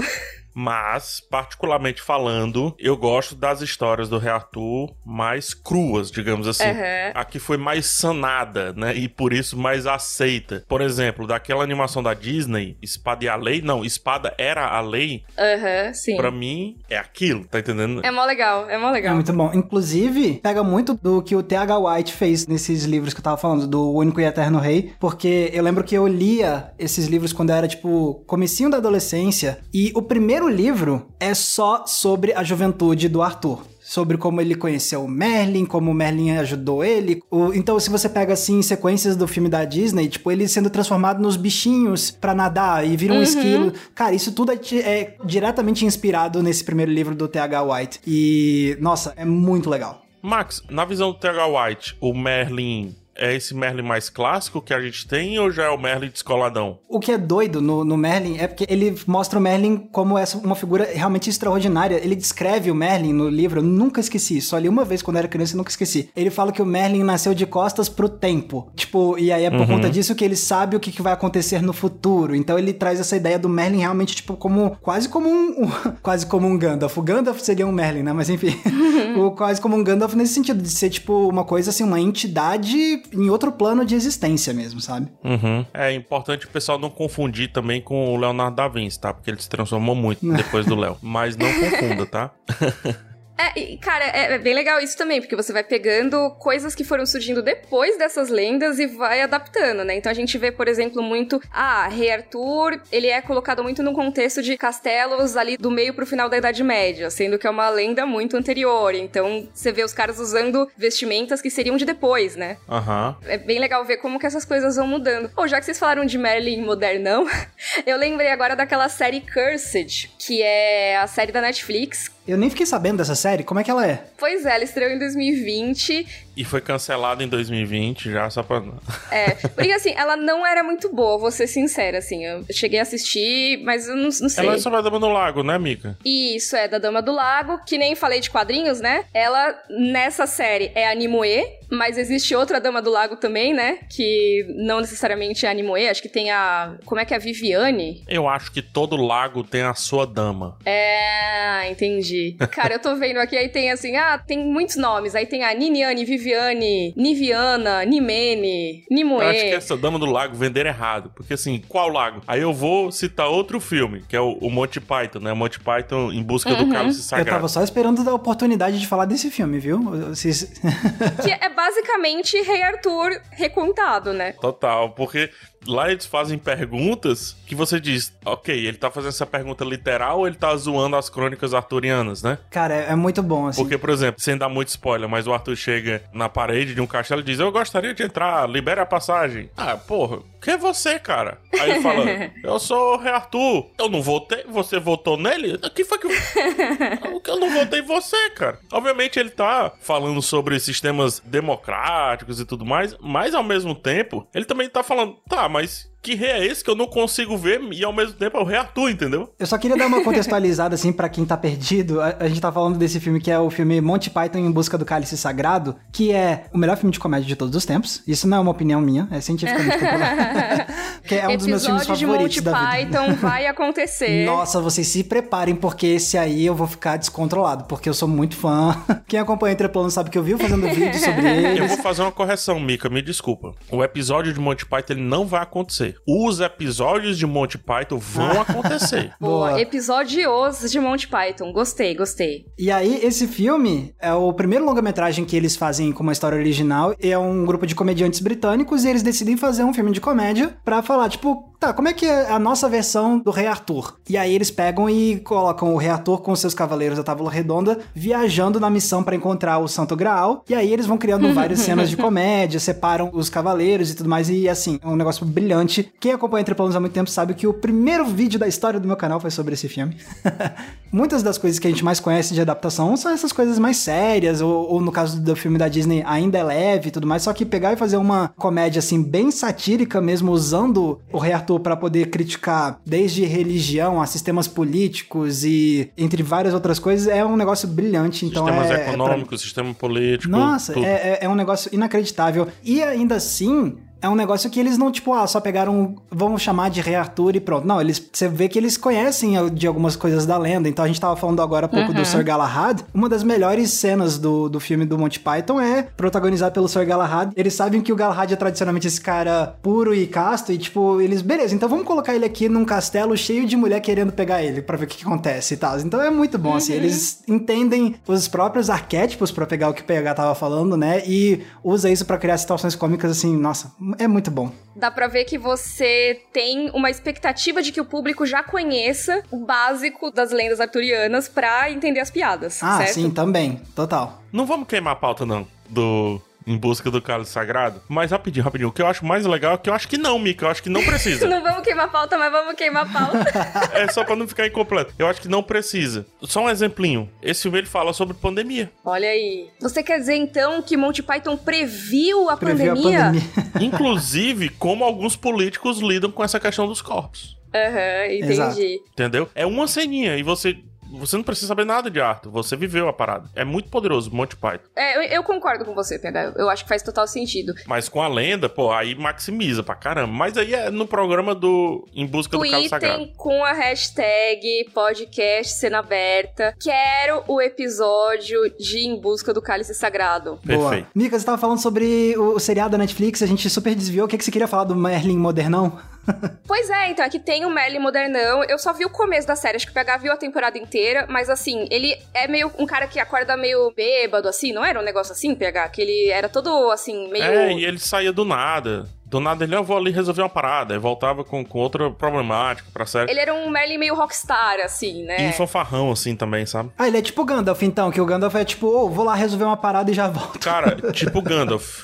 Mas, particularmente falando, eu gosto das histórias do Rei Arthur mais cruas, digamos assim. A que foi mais sanada, né? E por isso mais aceita. Por exemplo, daquela animação da Disney, Espada e a Lei. Não, Espada era a Lei. Sim. Pra mim, é aquilo, tá entendendo? É mó legal, é mó legal. É muito bom. Inclusive, pega muito do que o T.H. White fez nesses livros que eu tava falando, do Único e Eterno Rei, porque eu lembro que eu lia esses livros quando eu era, comecinho da adolescência, e o primeiro livro é só sobre a juventude do Arthur. sobre como ele conheceu o Merlin, como o Merlin ajudou ele. Então, se você pega, assim, sequências do filme da Disney, tipo, ele sendo transformado nos bichinhos pra nadar e vira um esquilo. Cara, isso tudo é diretamente inspirado nesse primeiro livro do T.H. White. E, nossa, é muito legal. Max, na visão do T.H. White, o Merlin é esse Merlin mais clássico que a gente tem ou já é o Merlin descoladão? O que é doido no Merlin é porque ele mostra o Merlin como uma figura realmente extraordinária. Ele descreve o Merlin no livro, eu nunca esqueci, só li uma vez quando era criança e nunca esqueci. Ele fala que o Merlin nasceu de costas pro tempo. Tipo, e aí é por conta disso que ele sabe o que vai acontecer no futuro. Então ele traz essa ideia do Merlin realmente, tipo, quase como um Gandalf. O Gandalf seria um Merlin, né? Mas enfim, quase como um Gandalf nesse sentido, de ser, tipo, uma coisa assim, uma entidade em outro plano de existência mesmo, sabe? É importante o pessoal não confundir também com o Leonardo da Vinci, tá? Porque ele se transformou muito depois do Léo. Mas não confunda, tá? Cara, é bem legal isso também, porque você vai pegando coisas que foram surgindo depois dessas lendas e vai adaptando, né? Então a gente vê, por exemplo, muito... Rei Arthur, ele é colocado muito no contexto de castelos ali do meio pro final da Idade Média, sendo que é uma lenda muito anterior. Então você vê os caras usando vestimentas que seriam de depois, né? É bem legal ver como que essas coisas vão mudando. Já que vocês falaram de Merlin modernão, eu lembrei agora daquela série Cursed, que é a série da Netflix. Eu nem fiquei sabendo dessa série, como é que ela é? Pois é, ela estreou em 2020. E foi cancelada em 2020 já, só pra... Porque assim, ela não era muito boa, vou ser sincera, assim. Eu cheguei a assistir, mas eu não sei. Ela é sobre a Dama do Lago, né, Mika? Isso, é da Dama do Lago, que nem falei de quadrinhos, né? Ela, nessa série, é a Nimue, mas existe outra Dama do Lago também, né? Que não necessariamente é a Nimue, acho que tem a... Como é que é? A Viviane? Eu acho que todo lago tem a sua dama. Entendi. Cara, eu tô vendo aqui, aí tem assim, tem muitos nomes. Aí tem a Niniane, Viviane, Niviana, Nimene, Nimue. Eu acho que essa Dama do Lago venderam errado. Porque assim, qual lago? Aí eu vou citar outro filme, que é o Monty Python, né? Monty Python em busca do cálice sagrado. Eu tava só esperando a oportunidade de falar desse filme, viu? Que é basicamente Rei Arthur recontado, né? Total, porque... Lá eles fazem perguntas que você diz, ok, ele tá fazendo essa pergunta literal ou ele tá zoando as crônicas arturianas, né? Cara, é muito bom, assim. Porque, por exemplo, sem dar muito spoiler, mas o Arthur chega na parede de um castelo e diz, eu gostaria de entrar, libera a passagem. Porra, quem é você, cara? Aí ele fala, eu sou o Rei Arthur. Eu não votei, você votou nele? Que foi que eu não votei em você, cara? Obviamente ele tá falando sobre sistemas democráticos e tudo mais, mas ao mesmo tempo, ele também tá falando, mas que rei é esse que eu não consigo ver e ao mesmo tempo é o Rei Arthur, entendeu? Eu só queria dar uma contextualizada, assim, pra quem tá perdido. A gente tá falando desse filme que é o filme Monty Python em Busca do Cálice Sagrado, que é o melhor filme de comédia de todos os tempos. Isso não é uma opinião minha, é cientificamente popular. Que é um dos meus filmes favoritos da vida. Episódio de Monty Python vai acontecer. Nossa, vocês se preparem, porque esse aí eu vou ficar descontrolado, porque eu sou muito fã. Quem acompanha Entre Planos sabe que eu vivo fazendo vídeo sobre ele. Eu vou fazer uma correção, Mika, me desculpa. O episódio de Monty Python ele não vai acontecer. Os episódios de Monty Python vão acontecer. Boa, episódios de Monty Python. Gostei. E aí, esse filme é o primeiro longa-metragem que eles fazem com uma história original. É um grupo de comediantes britânicos e eles decidem fazer um filme de comédia pra falar, tipo, como é que é a nossa versão do Rei Arthur? E aí eles pegam e colocam o Rei Arthur com seus cavaleiros da Tábua Redonda viajando na missão pra encontrar o Santo Graal. E aí eles vão criando várias cenas de comédia, separam os cavaleiros e tudo mais. E assim, é um negócio brilhante. Quem acompanha Entre Planos há muito tempo sabe que o primeiro vídeo da história do meu canal foi sobre esse filme. Muitas das coisas que a gente mais conhece de adaptação são essas coisas mais sérias, ou no caso do filme da Disney, ainda é leve e tudo mais, só que pegar e fazer uma comédia assim, bem satírica mesmo, usando o Rei Arthur pra poder criticar desde religião a sistemas políticos e entre várias outras coisas, é um negócio brilhante. Então sistemas econômicos, sistema político. Nossa, é um negócio inacreditável. E ainda assim... É um negócio que eles não, tipo, só pegaram, vamos chamar de Rei Arthur e pronto. Não, você vê que eles conhecem de algumas coisas da lenda. Então a gente tava falando agora há pouco do Sir Galahad. Uma das melhores cenas do filme do Monty Python é protagonizado pelo Sir Galahad. Eles sabem que o Galahad é tradicionalmente esse cara puro e casto e, tipo, eles, beleza, então vamos colocar ele aqui num castelo cheio de mulher querendo pegar ele pra ver o que acontece e tal. Então é muito bom, assim, eles entendem os próprios arquétipos pra pegar o que o PH tava falando, né? E usa isso pra criar situações cômicas, assim, nossa, É muito bom. Dá pra ver que você tem uma expectativa de que o público já conheça o básico das lendas arturianas pra entender as piadas, certo? Sim, também. Total. Não vamos queimar a pauta, não, Em Busca do Cálice Sagrado. Mas rapidinho. O que eu acho mais legal é que eu acho que não, Mika. Eu acho que não precisa. Não vamos queimar a pauta, mas vamos queimar a pauta. É só pra não ficar incompleto. Eu acho que não precisa. Só um exemplinho. Esse filme, ele fala sobre pandemia. Olha aí. Você quer dizer, então, que Monty Python previu a pandemia? Inclusive, como alguns políticos lidam com essa questão dos corpos. Entendi. Exato. Entendeu? É uma ceninha e você não precisa saber nada de arte, você viveu a parada. É muito poderoso, Monty Python. Eu concordo com você, PH. Eu acho que faz total sentido. Mas com a lenda, aí maximiza pra caramba. Mas aí é no programa do Em Busca do Cálice Sagrado. Tweetem com a hashtag podcast cena aberta. Quero o episódio de Em Busca do Cálice Sagrado. Perfeito. Boa. Mika, você tava falando sobre o seriado da Netflix, a gente super desviou. O que você queria falar do Merlin modernão? Pois é, então, aqui tem o Merlin modernão. Eu só vi o começo da série, acho que o PH viu a temporada inteira, mas assim, ele é meio um cara que acorda meio bêbado, assim, não era um negócio assim, PH? Que ele era todo, assim, meio... E ele saía do nada. Do nada ele, eu vou ali resolver uma parada. E voltava com outra problemática pra série. Ele era um Merlin meio rockstar, assim, né? E fanfarrão, assim, também, sabe? Ele é tipo o Gandalf, então, que o Gandalf é tipo, vou lá resolver uma parada e já volto. Cara, tipo Gandalf.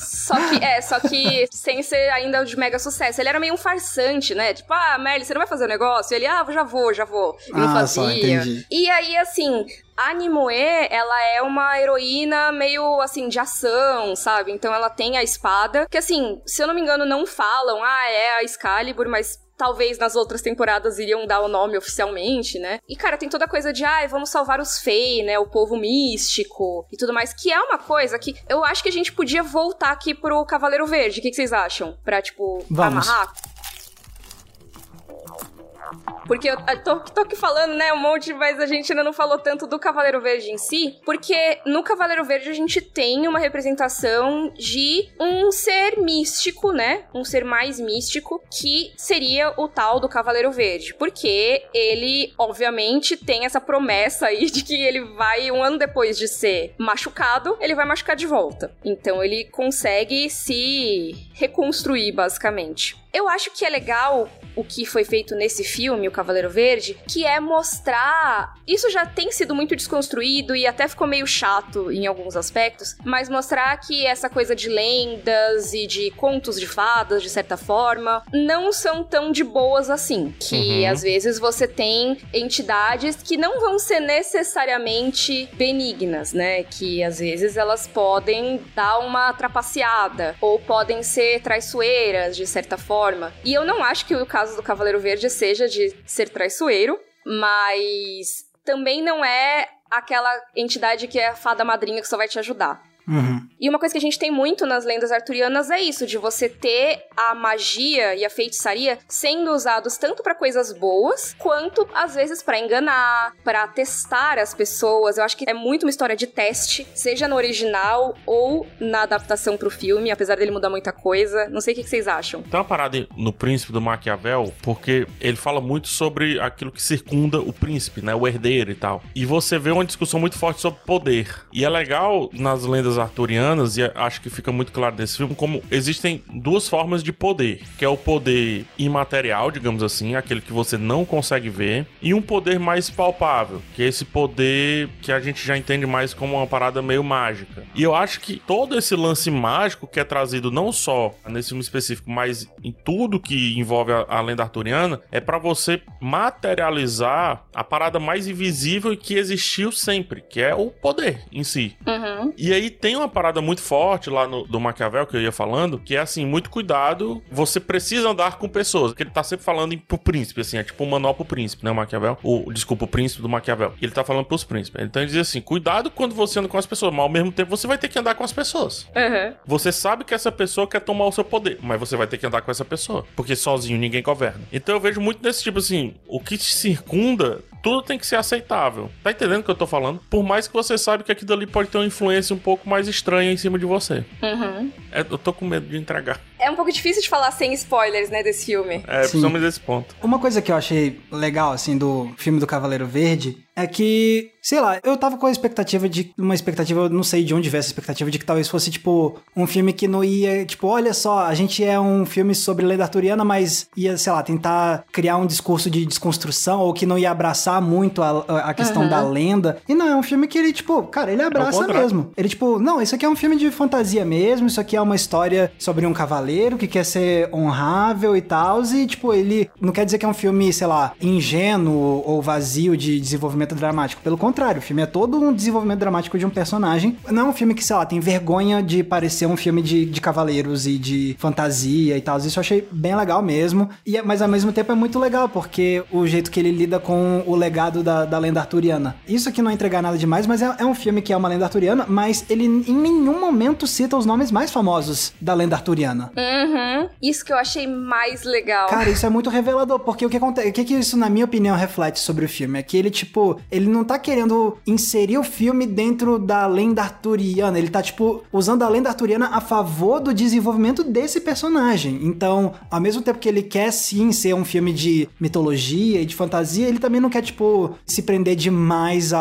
Só que sem ser ainda de mega sucesso. Ele era meio um farsante, né? Tipo, Merlin, você não vai fazer o negócio? E ele, já vou. E não fazia. Só, entendi. E aí, assim... A Nimue, ela é uma heroína meio, assim, de ação, sabe? Então ela tem a espada, que assim, se eu não me engano, não falam, é a Excalibur, mas talvez nas outras temporadas iriam dar o nome oficialmente, né? E, cara, tem toda a coisa de, vamos salvar os Fey, né? O povo místico e tudo mais, que é uma coisa que eu acho que a gente podia voltar aqui pro Cavaleiro Verde. O que vocês acham? Pra, tipo, amarrar? Porque eu tô aqui falando, né, um monte, mas a gente ainda não falou tanto do Cavaleiro Verde em si, porque no Cavaleiro Verde a gente tem uma representação de um ser místico, né, um ser mais místico, que seria o tal do Cavaleiro Verde, porque ele, obviamente, tem essa promessa aí de que ele vai, um ano depois de ser machucado, ele vai machucar de volta. Então ele consegue se reconstruir, basicamente. Eu acho que é legal o que foi feito nesse filme, O Cavaleiro Verde, que é mostrar... Isso já tem sido muito desconstruído e até ficou meio chato em alguns aspectos, mas mostrar que essa coisa de lendas e de contos de fadas, de certa forma, não são tão de boas assim. Que às vezes você tem entidades que não vão ser necessariamente benignas, né? Que às vezes elas podem dar uma trapaceada ou podem ser traiçoeiras, de certa forma. E eu não acho que o caso do Cavaleiro Verde seja de ser traiçoeiro, mas também não é aquela entidade que é a fada madrinha que só vai te ajudar. E uma coisa que a gente tem muito nas lendas arturianas é isso, de você ter a magia e a feitiçaria sendo usados tanto pra coisas boas, quanto às vezes pra enganar, pra testar as pessoas. Eu acho que é muito uma história de teste, seja no original ou na adaptação pro filme, apesar dele mudar muita coisa. Não sei o que vocês acham. Tem uma parada no Príncipe do Maquiavel, porque ele fala muito sobre aquilo que circunda o príncipe, né, o herdeiro e tal. E você vê uma discussão muito forte sobre poder. E é legal nas lendas arturianas, e acho que fica muito claro nesse filme, como existem duas formas de poder, que é o poder imaterial, digamos assim, aquele que você não consegue ver, e um poder mais palpável, que é esse poder que a gente já entende mais como uma parada meio mágica. E eu acho que todo esse lance mágico que é trazido não só nesse filme específico, mas em tudo que envolve a lenda arturiana, é pra você materializar a parada mais invisível e que existiu sempre, que é o poder em si. E aí tem uma parada muito forte lá do Maquiavel, que eu ia falando, que é assim, muito cuidado, você precisa andar com pessoas, porque ele tá sempre falando pro príncipe, assim, é tipo um manual pro príncipe, né, o Maquiavel, desculpa, o príncipe do Maquiavel, ele tá falando pros príncipes, então ele diz assim, cuidado quando você anda com as pessoas, mas ao mesmo tempo você vai ter que andar com as pessoas. Você sabe que essa pessoa quer tomar o seu poder, mas você vai ter que andar com essa pessoa, porque sozinho ninguém governa. Então eu vejo muito desse tipo assim, o que te circunda, tudo tem que ser aceitável. Tá entendendo o que eu tô falando? Por mais que você saiba que aquilo ali pode ter uma influência um pouco mais estranha em cima de você. Eu tô com medo de entregar. É um pouco difícil de falar sem spoilers, né, desse filme. Precisamos desse ponto. Uma coisa que eu achei legal, assim, do filme do Cavaleiro Verde é que, sei lá, eu tava com a expectativa eu não sei de onde veio essa expectativa de que talvez fosse, tipo, um filme que não ia, tipo, olha só, a gente é um filme sobre lenda arturiana, mas ia, sei lá, tentar criar um discurso de desconstrução, ou que não ia abraçar muito a questão da lenda. E não, é um filme que ele, tipo, cara, ele abraça mesmo. Ele, tipo, não, isso aqui é um filme de fantasia mesmo, isso aqui é uma história sobre um cavaleiro que quer ser honrável e tal, e, tipo, ele não quer dizer que é um filme, sei lá, ingênuo ou vazio de desenvolvimento dramático. Pelo contrário, o filme é todo um desenvolvimento dramático de um personagem. Não é um filme que, sei lá, tem vergonha de parecer um filme de cavaleiros e de fantasia e tal. Isso eu achei bem legal mesmo. Mas ao mesmo tempo é muito legal, porque o jeito que ele lida com o legado da lenda arturiana. Isso aqui não é entregar nada demais, mas é um filme que é uma lenda arturiana, mas ele em nenhum momento cita os nomes mais famosos da lenda arturiana. Isso que eu achei mais legal. Cara, isso é muito revelador, porque o que acontece, o que isso, na minha opinião, reflete sobre o filme? É que ele, tipo, ele não tá querendo inserir o filme dentro da lenda arturiana, ele tá, tipo, usando a lenda arturiana a favor do desenvolvimento desse personagem. Então, ao mesmo tempo que ele quer, sim, ser um filme de mitologia e de fantasia, ele também não quer, tipo, se prender demais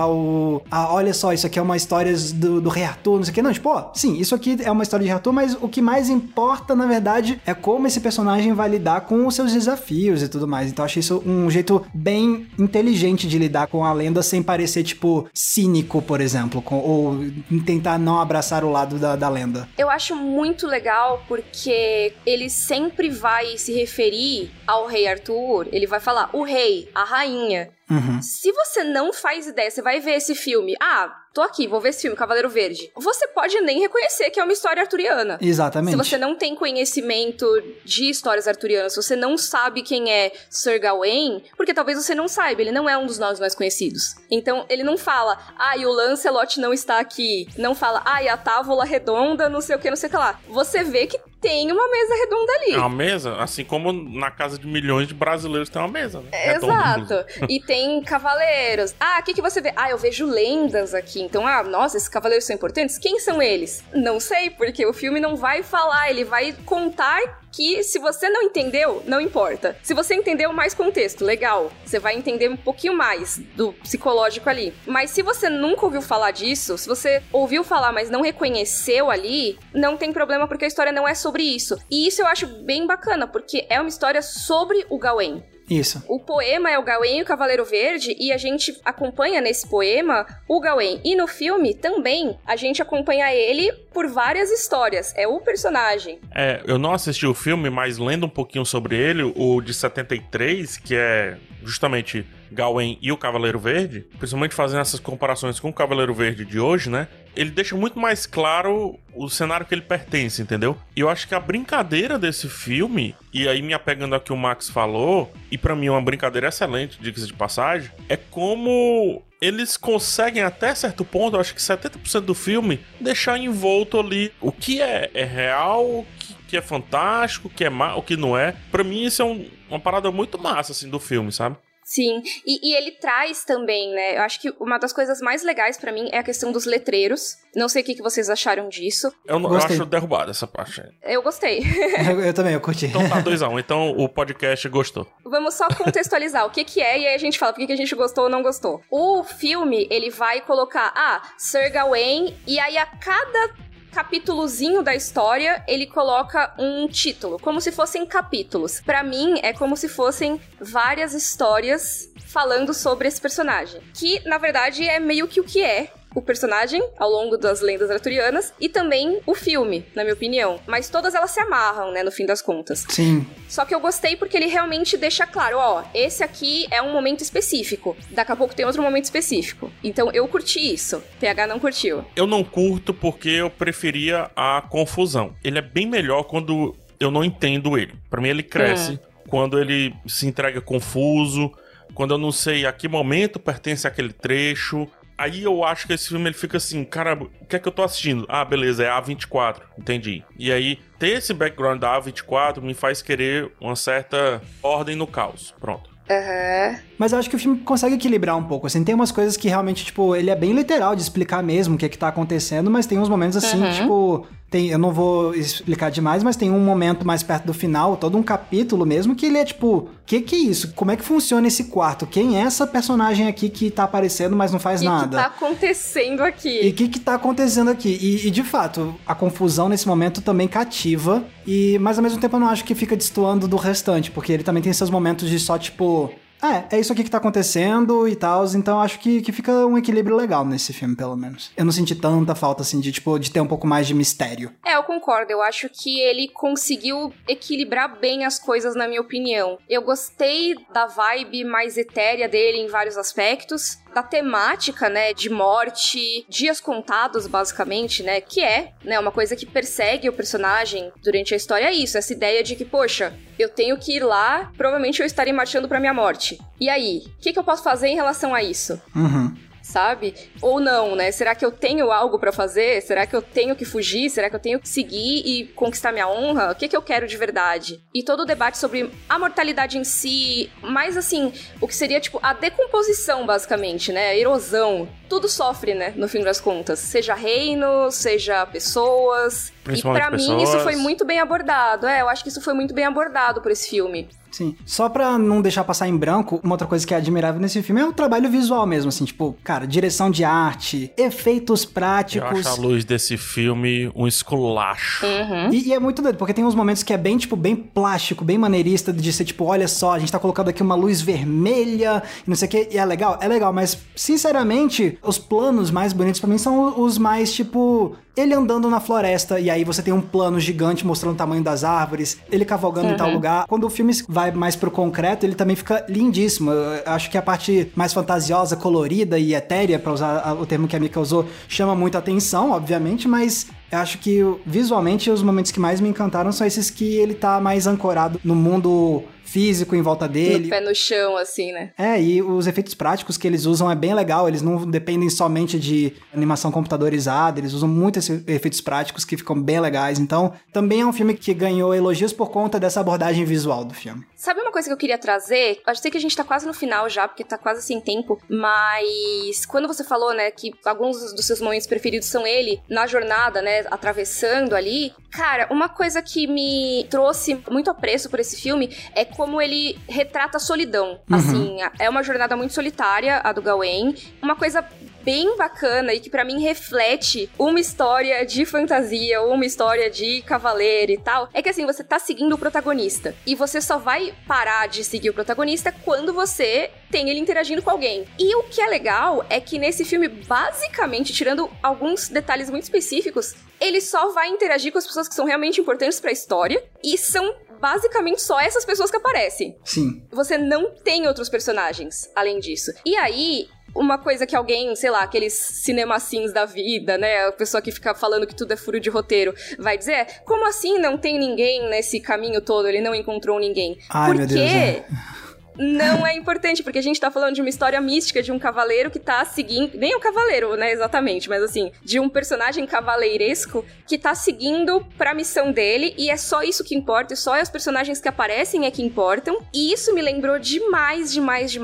olha só, isso aqui é uma história do Rei Arthur, não sei o que. Não, tipo, sim, isso aqui é uma história de Arthur, mas o que mais importa, na verdade, é como esse personagem vai lidar com os seus desafios e tudo mais. Então, eu achei isso um jeito bem inteligente de lidar com a lenda sem parecer, tipo, cínico, por exemplo, ou tentar não abraçar o lado da lenda. Eu acho muito legal porque ele sempre vai se referir ao Rei Arthur, ele vai falar o rei, a rainha. Se você não faz ideia, você vai ver esse filme, tô aqui, vou ver esse filme, Cavaleiro Verde. Você pode nem reconhecer que é uma história arturiana. Exatamente. Se você não tem conhecimento de histórias arturianas, se você não sabe quem é Sir Gawain, porque talvez você não saiba, ele não é um dos nomes mais conhecidos. Então, ele não fala, e o Lancelot não está aqui. Não fala, e a távola redonda, não sei o que, não sei o que lá. Você vê que tem uma mesa redonda ali. É uma mesa, assim como na casa de milhões de brasileiros tem uma mesa, né? Exato. E tem cavaleiros. O que você vê? Eu vejo lendas aqui. Então, nossa, esses cavaleiros são importantes? Quem são eles? Não sei, porque o filme não vai falar, ele vai contar que se você não entendeu, não importa. Se você entendeu mais contexto, legal. Você vai entender um pouquinho mais do psicológico ali. Mas se você nunca ouviu falar disso, se você ouviu falar, mas não reconheceu ali, não tem problema, porque a história não é sobre isso. E isso eu acho bem bacana, porque é uma história sobre o Gawain. Isso. O poema é o Gawain e o Cavaleiro Verde, e a gente acompanha nesse poema o Gawain. E no filme também a gente acompanha ele por várias histórias. É o personagem. Eu não assisti o filme, mas lendo um pouquinho sobre ele, o de 73, que é justamente Gawain e o Cavaleiro Verde, principalmente fazendo essas comparações com o Cavaleiro Verde de hoje, né? Ele deixa muito mais claro o cenário que ele pertence, entendeu? E eu acho que a brincadeira desse filme, e aí me apegando ao que o Max falou, e pra mim é uma brincadeira excelente, diga-se de passagem, é como eles conseguem até certo ponto, eu acho que 70% do filme, deixar envolto ali o que é real, o que é fantástico, o que é o que não é. Pra mim isso é uma parada muito massa, assim, do filme, sabe? Sim, e ele traz também, né, eu acho que uma das coisas mais legais pra mim é a questão dos letreiros. Não sei o que vocês acharam disso. Eu acho derrubada essa parte. Eu gostei. Eu também, eu curti. Então tá 2-1, então o podcast gostou. Vamos só contextualizar o que é, e aí a gente fala por que a gente gostou ou não gostou. O filme, ele vai colocar, Sir Gawain, e aí a cada capítulozinho da história, ele coloca um título, como se fossem capítulos. Pra mim, é como se fossem várias histórias falando sobre esse personagem, que, na verdade, é meio que o que é o personagem ao longo das lendas arturianas e também o filme, na minha opinião. Mas todas elas se amarram, né, no fim das contas. Sim. Só que eu gostei porque ele realmente deixa claro, esse aqui é um momento específico. Daqui a pouco tem outro momento específico. Então eu curti isso. PH não curtiu. Eu não curto porque eu preferia a confusão. Ele é bem melhor quando eu não entendo ele. Pra mim ele cresce quando ele se entrega confuso, quando eu não sei a que momento pertence aquele trecho. Aí eu acho que esse filme ele fica assim, cara, o que é que eu tô assistindo? Beleza, é A24, entendi. E aí, ter esse background da A24 me faz querer uma certa ordem no caos. Pronto. Mas eu acho que o filme consegue equilibrar um pouco, assim, tem umas coisas que realmente, tipo, ele é bem literal de explicar mesmo o que tá acontecendo, mas tem uns momentos assim, tipo... eu não vou explicar demais, mas tem um momento mais perto do final, todo um capítulo mesmo, que ele é tipo, que é isso? Como é que funciona esse quarto? Quem é essa personagem aqui que tá aparecendo, mas não faz nada? O que tá acontecendo aqui? E o que tá acontecendo aqui? E de fato, a confusão nesse momento também cativa, mas ao mesmo tempo eu não acho que fica destoando do restante, porque ele também tem seus momentos de só tipo... é isso aqui que tá acontecendo e tal, então acho que fica um equilíbrio legal nesse filme, pelo menos. Eu não senti tanta falta, assim, de ter um pouco mais de mistério. Eu concordo, eu acho que ele conseguiu equilibrar bem as coisas, na minha opinião. Eu gostei da vibe mais etérea dele em vários aspectos, da temática, né, de morte, dias contados, basicamente, né, que é, né, uma coisa que persegue o personagem durante a história, é isso, essa ideia de que, poxa, eu tenho que ir lá, provavelmente eu estarei marchando pra minha morte. E aí? O que eu posso fazer em relação a isso? Sabe? Ou não, né? Será que eu tenho algo pra fazer? Será que eu tenho que fugir? Será que eu tenho que seguir e conquistar minha honra? O que eu quero de verdade? E todo o debate sobre a mortalidade em si, mais assim, o que seria, tipo, a decomposição, basicamente, né? A erosão. Tudo sofre, né? No fim das contas. Seja reino, seja pessoas. E pra mim isso foi muito bem abordado. Eu acho que isso foi muito bem abordado por esse filme. Sim. Só pra não deixar passar em branco, uma outra coisa que é admirável nesse filme é o trabalho visual mesmo, assim, tipo, cara, direção de arte, efeitos práticos. Eu acho a luz desse filme um esculacho. E é muito doido, porque tem uns momentos que é bem, tipo, bem plástico, bem maneirista, de ser, tipo, olha só, a gente tá colocando aqui uma luz vermelha, e não sei o que, e é legal, mas, sinceramente, os planos mais bonitos pra mim são os mais, tipo... ele andando na floresta, e aí você tem um plano gigante mostrando o tamanho das árvores, ele cavalgando em tal lugar. Quando o filme vai mais pro concreto, ele também fica lindíssimo. Eu acho que a parte mais fantasiosa, colorida e etérea, pra usar o termo que a Mika usou, chama muito atenção, obviamente, mas eu acho que visualmente os momentos que mais me encantaram são esses que ele tá mais ancorado no mundo físico em volta dele. No pé no chão, assim, né? E os efeitos práticos que eles usam é bem legal, eles não dependem somente de animação computadorizada, eles usam muitos efeitos práticos que ficam bem legais, então também é um filme que ganhou elogios por conta dessa abordagem visual do filme. Sabe uma coisa que eu queria trazer? Eu sei que a gente tá quase no final já, porque tá quase sem tempo, mas quando você falou, né, que alguns dos seus momentos preferidos são ele, na jornada, né, atravessando ali, cara, uma coisa que me trouxe muito apreço por esse filme é como ele retrata a solidão. Assim, é uma jornada muito solitária, a do Gawain. Uma coisa bem bacana e que pra mim reflete uma história de fantasia ou uma história de cavaleiro e tal, é que assim, você tá seguindo o protagonista e você só vai parar de seguir o protagonista quando você tem ele interagindo com alguém. E o que é legal é que nesse filme, basicamente, tirando alguns detalhes muito específicos, ele só vai interagir com as pessoas que são realmente importantes pra história e são basicamente só essas pessoas que aparecem. Sim. Você não tem outros personagens além disso. E aí, uma coisa que alguém, sei lá, aqueles cinemacins da vida, né, a pessoa que fica falando que tudo é furo de roteiro, vai dizer, como assim não tem ninguém nesse caminho todo, ele não encontrou ninguém? Ai, meu Deus, não é importante, porque a gente tá falando de uma história mística de um cavaleiro que tá seguindo... Nem o cavaleiro, né, exatamente, mas assim, de um personagem cavaleiresco que tá seguindo pra missão dele, e é só isso que importa, e só os personagens que aparecem é que importam. E isso me lembrou demais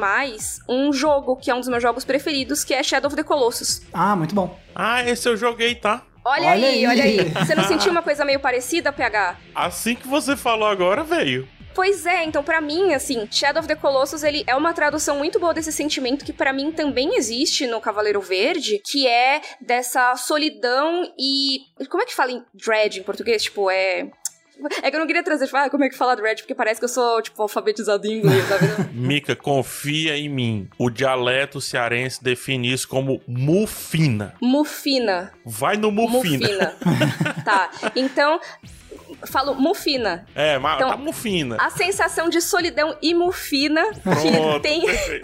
um jogo, que é um dos meus jogos preferidos, que é Shadow of the Colossus. Ah, muito bom. Ah, esse eu joguei, tá? Olha aí. Você não sentiu uma coisa meio parecida, PH? Assim que você falou agora, veio. Pois é, então pra mim, assim, Shadow of the Colossus, ele é uma tradução muito boa desse sentimento que pra mim também existe no Cavaleiro Verde, que é dessa solidão e... Como é que fala em dread em português? Tipo, É que eu não queria trazer, tipo, como é que fala dread, porque parece que eu sou, tipo, alfabetizado em inglês, tá vendo? Mika, confia em mim. O dialeto cearense define isso como mufina. Mufina. Vai no mufina. Tá, então... Falo mufina. Mas então, tá mufina. A sensação de solidão e mufina que tem...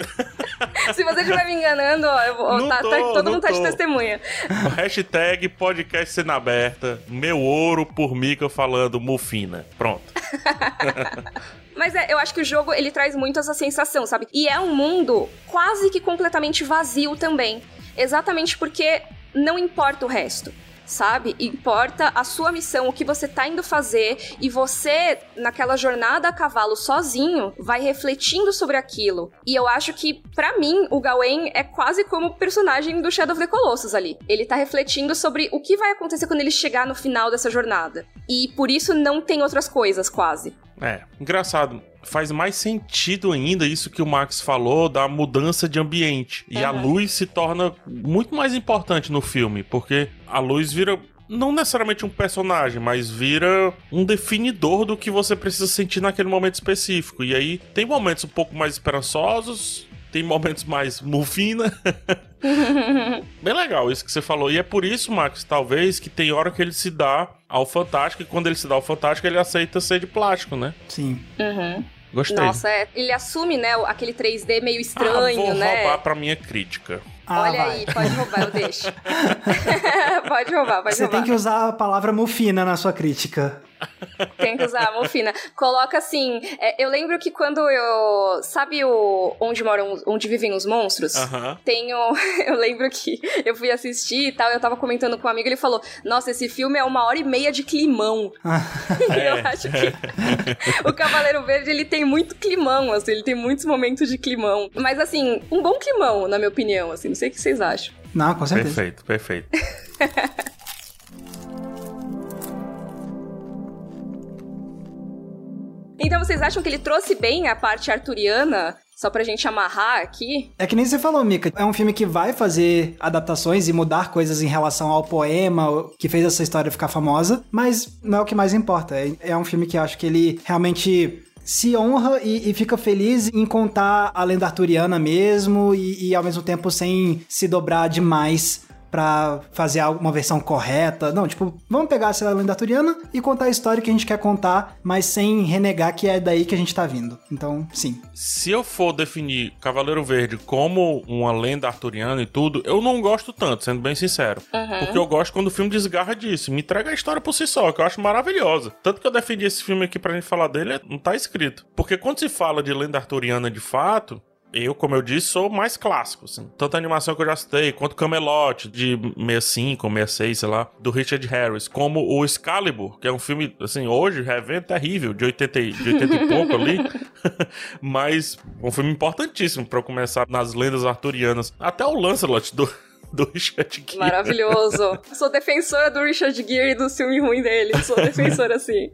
Se você estiver me enganando, todo mundo tá de testemunha. Hashtag podcast cena aberta. Meu ouro por Mika falando mufina. Pronto. Mas eu acho que o jogo, ele traz muito essa sensação, sabe? E é um mundo quase que completamente vazio também. Exatamente porque não importa o resto. sabe? Importa a sua missão, o que você tá indo fazer, e você, naquela jornada a cavalo sozinho, vai refletindo sobre aquilo. E eu acho que, pra mim, o Gawain é quase como o personagem do Shadow of the Colossus ali. Ele tá refletindo sobre o que vai acontecer quando ele chegar no final dessa jornada. E por isso não tem outras coisas, quase. Engraçado. Faz mais sentido ainda isso que o Max falou da mudança de ambiente. E a luz se torna muito mais importante no filme, porque a luz vira não necessariamente um personagem, mas vira um definidor do que você precisa sentir naquele momento específico. E aí tem momentos um pouco mais esperançosos, tem momentos mais mufina. Bem legal isso que você falou. E é por isso, Max, talvez, que tem hora que ele se dá ao Fantástico, e quando ele se dá ao Fantástico, ele aceita ser de plástico, né? Sim. Gostei. Nossa, ele assume, né, aquele 3D meio estranho, vou né? roubar pra minha crítica. Olha aí, pode roubar, eu deixo. Pode roubar. Você tem que usar a palavra mufina na sua crítica. Tem que usar a mufina. Coloca assim, eu lembro que quando eu... Sabe onde vivem os monstros? Eu lembro que eu fui assistir e tal, eu tava comentando com um amigo, ele falou, nossa, esse filme é 1h30 de climão. Eu acho que o Cavaleiro Verde, ele tem muito climão, assim, ele tem muitos momentos de climão. Mas assim, um bom climão, na minha opinião, assim, não sei o que vocês acham. Não, com certeza. Perfeito. Então vocês acham que ele trouxe bem a parte arturiana? Só pra gente amarrar aqui? É que nem você falou, Mika. É um filme que vai fazer adaptações e mudar coisas em relação ao poema que fez essa história ficar famosa, mas não é o que mais importa. É um filme que eu acho que ele realmente se honra e fica feliz em contar a lenda arturiana mesmo e ao mesmo tempo sem se dobrar demais pra fazer uma versão correta. Não, tipo, vamos pegar essa lenda arturiana e contar a história que a gente quer contar, mas sem renegar que é daí que a gente tá vindo. Então, sim. Se eu for definir Cavaleiro Verde como uma lenda arturiana e tudo, eu não gosto tanto, sendo bem sincero. Porque eu gosto quando o filme desgarra disso. Me entrega a história por si só, que eu acho maravilhosa. Tanto que eu defendi esse filme aqui pra gente falar dele, não tá escrito. Porque quando se fala de lenda arturiana de fato... Eu, como eu disse, sou mais clássico, assim. Tanto a animação que eu já citei, quanto Camelot, de 65 ou 66, sei lá, do Richard Harris, como o Excalibur, que é um filme, assim, hoje, revendo, terrível, de 80 e pouco ali, mas um filme importantíssimo pra eu começar nas lendas arturianas. Até o Lancelot do Richard Gere. Maravilhoso. Sou defensora do Richard Gere e do filme ruim dele. Sou defensora, assim.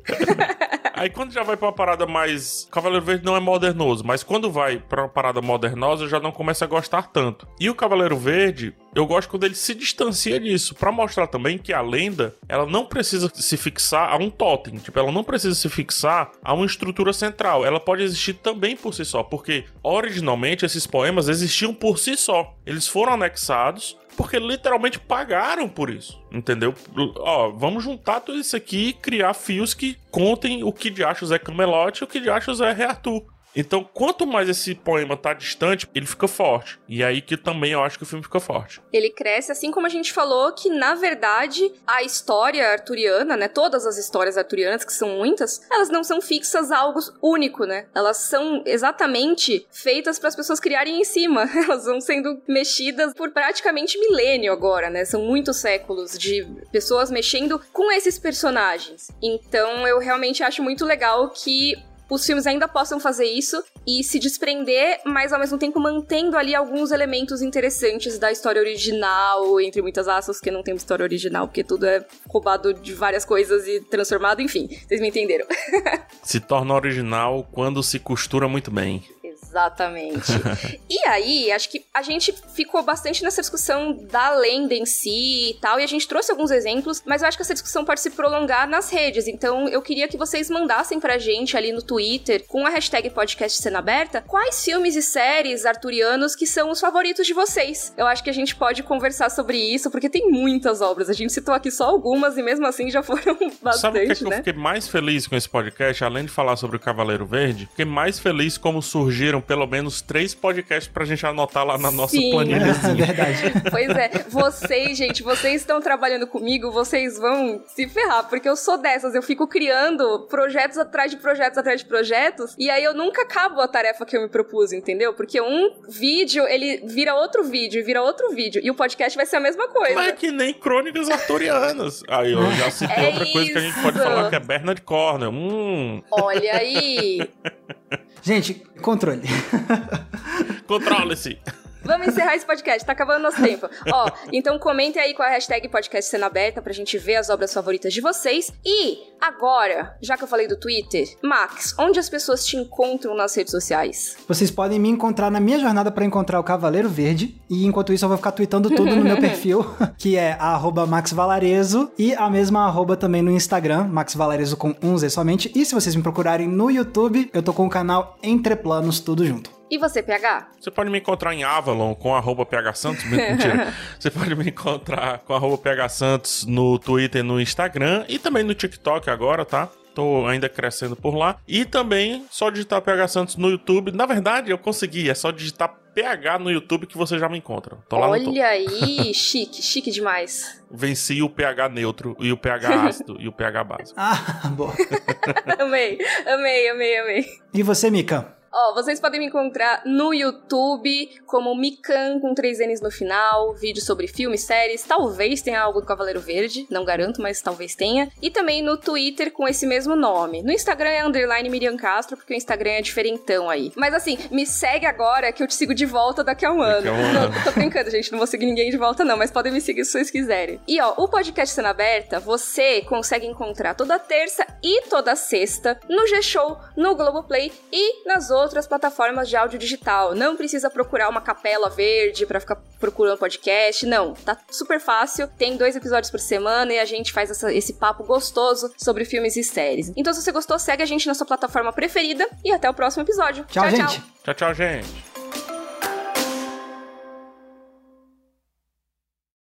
Aí quando já vai pra uma parada mais... Cavaleiro Verde não é modernoso, mas quando vai pra uma parada modernosa, eu já não começo a gostar tanto. E o Cavaleiro Verde, eu gosto quando ele se distancia disso, pra mostrar também que a lenda, ela não precisa se fixar a um totem. Tipo, ela não precisa se fixar a uma estrutura central. Ela pode existir também por si só, porque originalmente esses poemas existiam por si só. Eles foram anexados porque literalmente pagaram por isso, entendeu? Ó, vamos juntar tudo isso aqui e criar fios que contem o que de achos é Camelot e o que de achos é Rei Arthur. Então, quanto mais esse poema tá distante, ele fica forte. E é aí que também eu acho que o filme fica forte. Ele cresce, assim como a gente falou, que na verdade a história arturiana, né, todas as histórias arturianas, que são muitas, elas não são fixas a algo único, né? Elas são exatamente feitas para as pessoas criarem em cima. Elas vão sendo mexidas por praticamente milênio agora, né? São muitos séculos de pessoas mexendo com esses personagens. Então, eu realmente acho muito legal que os filmes ainda possam fazer isso e se desprender, mas ao mesmo tempo mantendo ali alguns elementos interessantes da história original, entre muitas aspas, porque não tem história original, porque tudo é roubado de várias coisas e transformado, enfim, vocês me entenderam. Se torna original quando se costura muito bem. Exatamente. E aí, acho que a gente ficou bastante nessa discussão da lenda em si e tal, e a gente trouxe alguns exemplos, mas eu acho que essa discussão pode se prolongar nas redes, então eu queria que vocês mandassem pra gente ali no Twitter, com a hashtag podcast Cena Aberta, quais filmes e séries arturianos que são os favoritos de vocês. Eu acho que a gente pode conversar sobre isso, porque tem muitas obras, a gente citou aqui só algumas e mesmo assim já foram bastante, Sabe o que né? Eu fiquei mais feliz com esse podcast, além de falar sobre o Cavaleiro Verde? Fiquei mais feliz como surgiram sejam pelo menos 3 podcasts pra gente anotar lá na nossa Sim. planilhazinha. É verdade. Pois é, vocês, gente, vocês estão trabalhando comigo, vocês vão se ferrar, porque eu sou dessas, eu fico criando projetos atrás de projetos, e aí eu nunca acabo a tarefa que eu me propus, entendeu? Porque um vídeo, ele vira outro vídeo, e o podcast vai ser a mesma coisa. Mas é que nem crônicas arturianas. Aí eu já citei outra coisa que a gente pode falar, que é Bernard Cornwell. Olha aí. Gente, controle. Controle-se. Vamos encerrar esse podcast, tá acabando nosso tempo. Ó, então comentem aí com a hashtag podcast Cena Aberta pra gente ver as obras favoritas de vocês. E agora, já que eu falei do Twitter, Max, onde as pessoas te encontram nas redes sociais? Vocês podem me encontrar na minha jornada pra encontrar o Cavaleiro Verde. E enquanto isso eu vou ficar tweetando tudo no meu perfil, que é @MaxValarezo. E a mesma arroba também no Instagram, Max Valarezo com um Z somente. E se vocês me procurarem no YouTube, eu tô com o canal Entre Planos, tudo junto. E você, PH? Você pode me encontrar em Avalon com @PHSantos. Mentira. Você pode me encontrar com @PHSantos no Twitter e no Instagram. E também no TikTok agora, tá? Tô ainda crescendo por lá. E também só digitar PH Santos no YouTube. Na verdade, eu consegui. É só digitar PH no YouTube que você já me encontra. Tô lá no topo. Olha aí, chique demais. Venci o pH neutro e o pH ácido e o pH básico. Ah, boa. Amei. E você, Mika? Ó, vocês podem me encontrar no YouTube como Mikan com 3 N's no final, vídeos sobre filmes, séries, talvez tenha algo do Cavaleiro Verde, não garanto, mas talvez tenha. E também no Twitter com esse mesmo nome. No Instagram é _Miriam Castro, porque o Instagram é diferentão aí. Mas assim, me segue agora que eu te sigo de volta daqui a um ano. Não, tô brincando, gente, não vou seguir ninguém de volta não, mas podem me seguir se vocês quiserem. E ó, o podcast Cena Aberta, você consegue encontrar toda terça e toda sexta no G-Show, no Globoplay e nas outras plataformas de áudio digital. Não precisa procurar uma capela verde pra ficar procurando podcast, não. Tá super fácil, tem 2 episódios por semana e a gente faz esse papo gostoso sobre filmes e séries. Então se você gostou, segue a gente na sua plataforma preferida e até o próximo episódio. Tchau, gente. Tchau, gente.